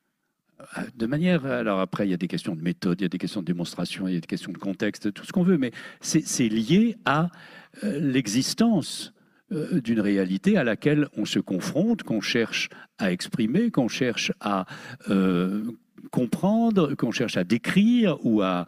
[SPEAKER 2] de manière... Alors après, il y a des questions de méthode, il y a des questions de démonstration, il y a des questions de contexte, tout ce qu'on veut, mais c'est lié à l'existence d'une réalité à laquelle on se confronte, qu'on cherche à exprimer, qu'on cherche à comprendre, qu'on cherche à décrire ou à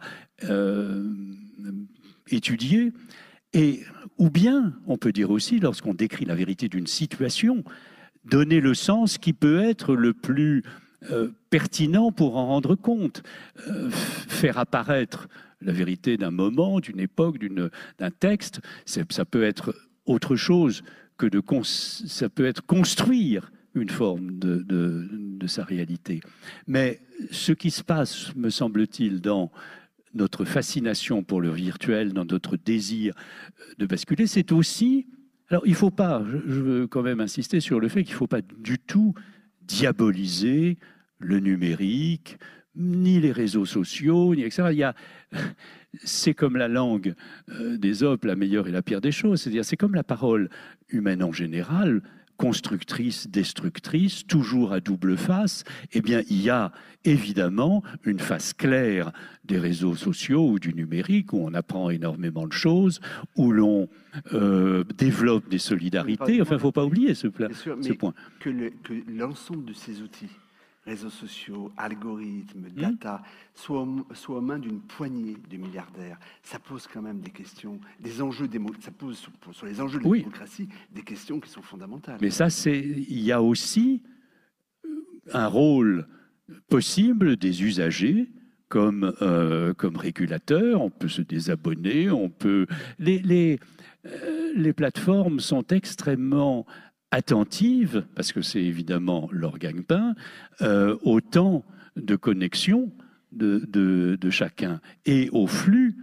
[SPEAKER 2] étudier. Ou bien, on peut dire aussi, lorsqu'on décrit la vérité d'une situation, donner le sens qui peut être le plus pertinent pour en rendre compte, faire apparaître la vérité d'un moment, d'une époque, d'un texte, ça peut être autre chose que ça peut être construire une forme de sa réalité. Mais ce qui se passe, me semble-t-il, dans notre fascination pour le virtuel, dans notre désir de basculer, c'est aussi... Alors, il ne faut pas, je veux quand même insister sur le fait qu'il ne faut pas du tout diaboliser le numérique, ni les réseaux sociaux, ni etc. C'est comme la langue d'Ésope, la meilleure et la pire des choses. C'est-à-dire, c'est comme la parole humaine en général, constructrice, destructrice, toujours à double face. Eh bien, il y a évidemment une face claire des réseaux sociaux ou du numérique, où on apprend énormément de choses, où l'on développe des solidarités. Enfin, il ne faut pas oublier ce point.
[SPEAKER 1] Que l'ensemble de ces outils, réseaux sociaux, algorithmes, data, soit aux mains d'une poignée de milliardaires, ça pose quand même des questions, des enjeux, ça pose sur les enjeux de la démocratie des questions qui sont fondamentales.
[SPEAKER 2] Mais ça, il y a aussi un rôle possible des usagers comme régulateurs. On peut se désabonner, les plateformes sont extrêmement attentive, parce que c'est évidemment leur gagne-pain, au temps de connexion de chacun et au flux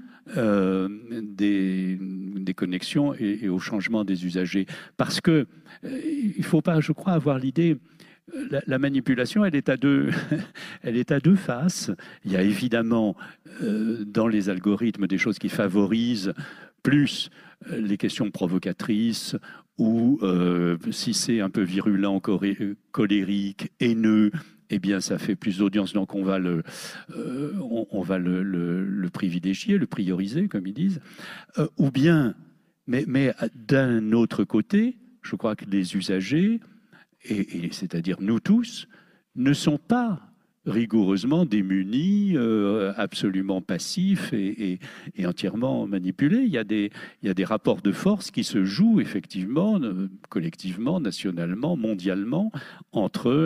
[SPEAKER 2] des connexions et au changement des usagers. Parce que il ne faut pas, je crois, avoir l'idée... La manipulation, elle est à deux faces. Il y a évidemment dans les algorithmes des choses qui favorisent plus les questions provocatrices ou si c'est un peu virulent, colérique, haineux, eh bien ça fait plus d'audience, donc on va le privilégier, le prioriser, comme ils disent. Ou bien, mais d'un autre côté, je crois que les usagers, et c'est-à-dire nous tous, ne sont pas rigoureusement démunis, absolument passifs et entièrement manipulés. Il y a des rapports de force qui se jouent effectivement, collectivement, nationalement, mondialement, entre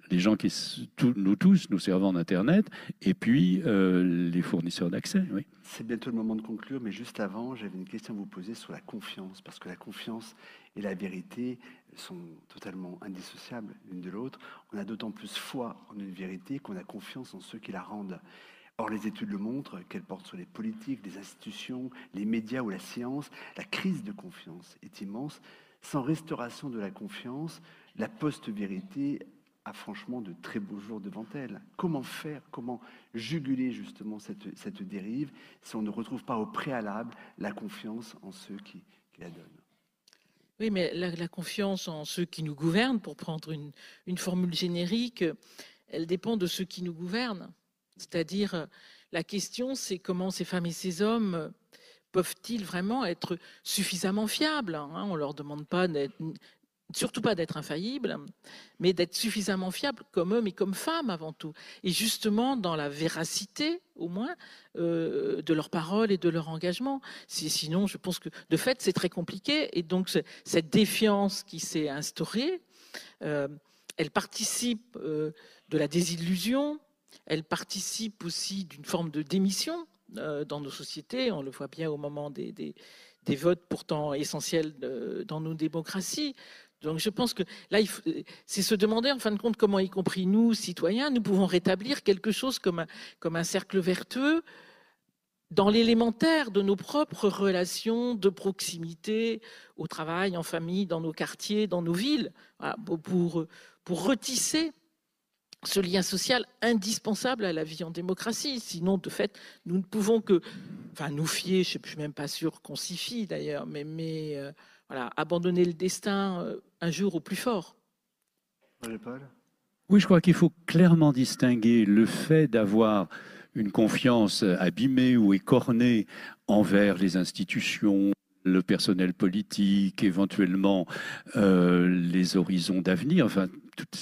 [SPEAKER 2] les gens nous tous, nous servons d'Internet, et puis les fournisseurs d'accès. Oui.
[SPEAKER 1] C'est bientôt le moment de conclure, mais juste avant, j'avais une question à vous poser sur la confiance, parce que la confiance et la vérité sont totalement indissociables l'une de l'autre. On a d'autant plus foi en une vérité qu'on a confiance en ceux qui la rendent. Or, les études le montrent, qu'elles portent sur les politiques, les institutions, les médias ou la science. La crise de confiance est immense. Sans restauration de la confiance, la post-vérité a franchement de très beaux jours devant elle. Comment faire, comment juguler justement cette dérive si on ne retrouve pas au préalable la confiance en ceux qui la donnent?
[SPEAKER 3] Oui, mais la confiance en ceux qui nous gouvernent, pour prendre une formule générique, elle dépend de ceux qui nous gouvernent. C'est-à-dire, la question, c'est comment ces femmes et ces hommes peuvent-ils vraiment être suffisamment fiables, hein? On ne leur demande pas surtout pas d'être infaillibles, mais d'être suffisamment fiables comme hommes et comme femmes avant tout. Et justement, dans la véracité, au moins, de leurs paroles et de leur engagement. Sinon, je pense que, de fait, c'est très compliqué. Et donc, cette défiance qui s'est instaurée, elle participe de la désillusion, elle participe aussi d'une forme de démission dans nos sociétés. On le voit bien au moment des votes pourtant essentiels dans nos démocraties. Donc je pense que là, c'est se demander en fin de compte comment, y compris nous, citoyens, nous pouvons rétablir quelque chose comme un cercle vertueux dans l'élémentaire de nos propres relations de proximité, au travail, en famille, dans nos quartiers, dans nos villes, voilà, pour retisser ce lien social indispensable à la vie en démocratie. Sinon, de fait, nous ne pouvons que nous fier, je ne suis même pas sûr qu'on s'y fie d'ailleurs, mais voilà, abandonner le destin un jour au plus fort.
[SPEAKER 1] Paul ?
[SPEAKER 2] Oui, je crois qu'il faut clairement distinguer le fait d'avoir une confiance abîmée ou écornée envers les institutions, le personnel politique, éventuellement les horizons d'avenir, enfin toute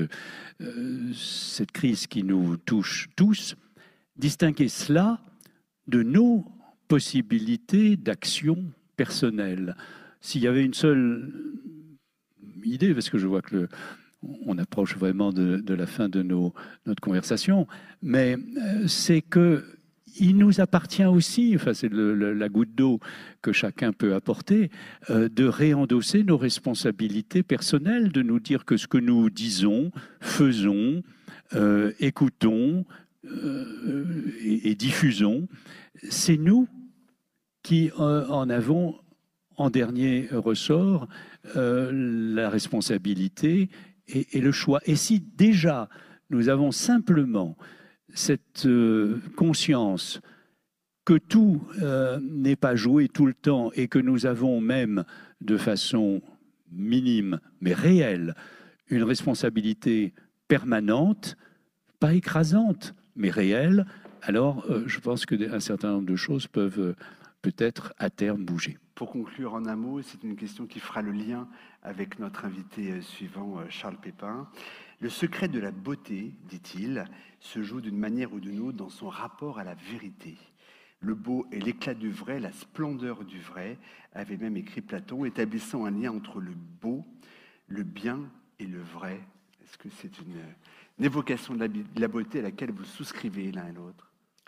[SPEAKER 2] cette crise qui nous touche tous, distinguer cela de nos possibilités d'action personnelle. S'il y avait une seule idée, parce que je vois que on approche vraiment de la fin de notre conversation, mais c'est que il nous appartient aussi, enfin c'est la goutte d'eau que chacun peut apporter, de réendosser nos responsabilités personnelles, de nous dire que ce que nous disons, faisons, écoutons et diffusons, c'est nous qui en avons en dernier ressort la responsabilité et le choix. Et si déjà nous avons simplement cette conscience que tout n'est pas joué tout le temps et que nous avons même de façon minime mais réelle une responsabilité permanente, pas écrasante mais réelle, alors je pense qu'un certain nombre de choses peuvent peut-être à terme bouger.
[SPEAKER 1] Pour conclure en un mot, c'est une question qui fera le lien avec notre invité suivant, Charles Pépin. Le secret de la beauté, dit-il, se joue d'une manière ou d'une autre dans son rapport à la vérité. Le beau est l'éclat du vrai, la splendeur du vrai, avait même écrit Platon, établissant un lien entre le beau, le bien et le vrai. Est-ce que c'est une évocation de la beauté à laquelle vous souscrivez l'un et l'autre ?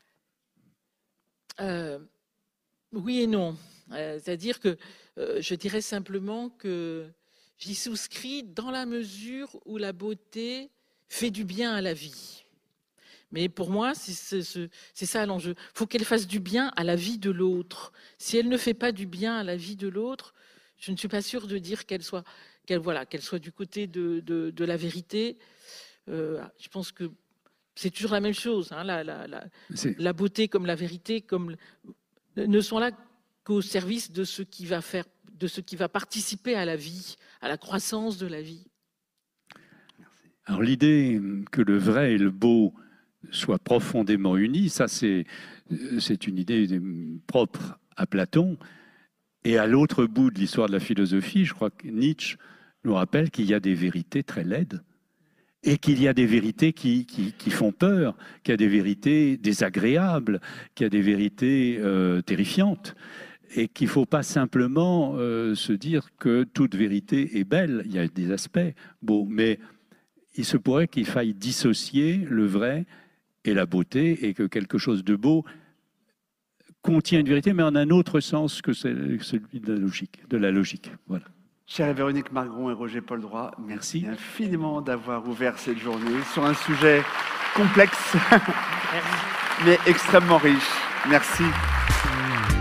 [SPEAKER 3] Oui et non. C'est-à-dire que je dirais simplement que j'y souscris dans la mesure où la beauté fait du bien à la vie. Mais pour moi, c'est ça l'enjeu. Il faut qu'elle fasse du bien à la vie de l'autre. Si elle ne fait pas du bien à la vie de l'autre, je ne suis pas sûre de dire qu'elle soit du côté de la vérité. Je pense que c'est toujours la même chose. Hein, la beauté comme la vérité ne sont là qu'au service de ce qui va participer à la vie, à la croissance de la vie.
[SPEAKER 2] Alors l'idée que le vrai et le beau soient profondément unis, ça c'est une idée propre à Platon. Et à l'autre bout de l'histoire de la philosophie, je crois que Nietzsche nous rappelle qu'il y a des vérités très laides et qu'il y a des vérités qui font peur, qu'il y a des vérités désagréables, qu'il y a des vérités terrifiantes. Et qu'il ne faut pas simplement se dire que toute vérité est belle. Il y a des aspects beaux, mais il se pourrait qu'il faille dissocier le vrai et la beauté, et que quelque chose de beau contient une vérité, mais en un autre sens que celui de la logique. Voilà.
[SPEAKER 1] Chère Véronique Margron et Roger Paul Droit, merci
[SPEAKER 2] Merci.
[SPEAKER 1] infiniment d'avoir ouvert cette journée sur un sujet complexe, mais extrêmement riche. Merci.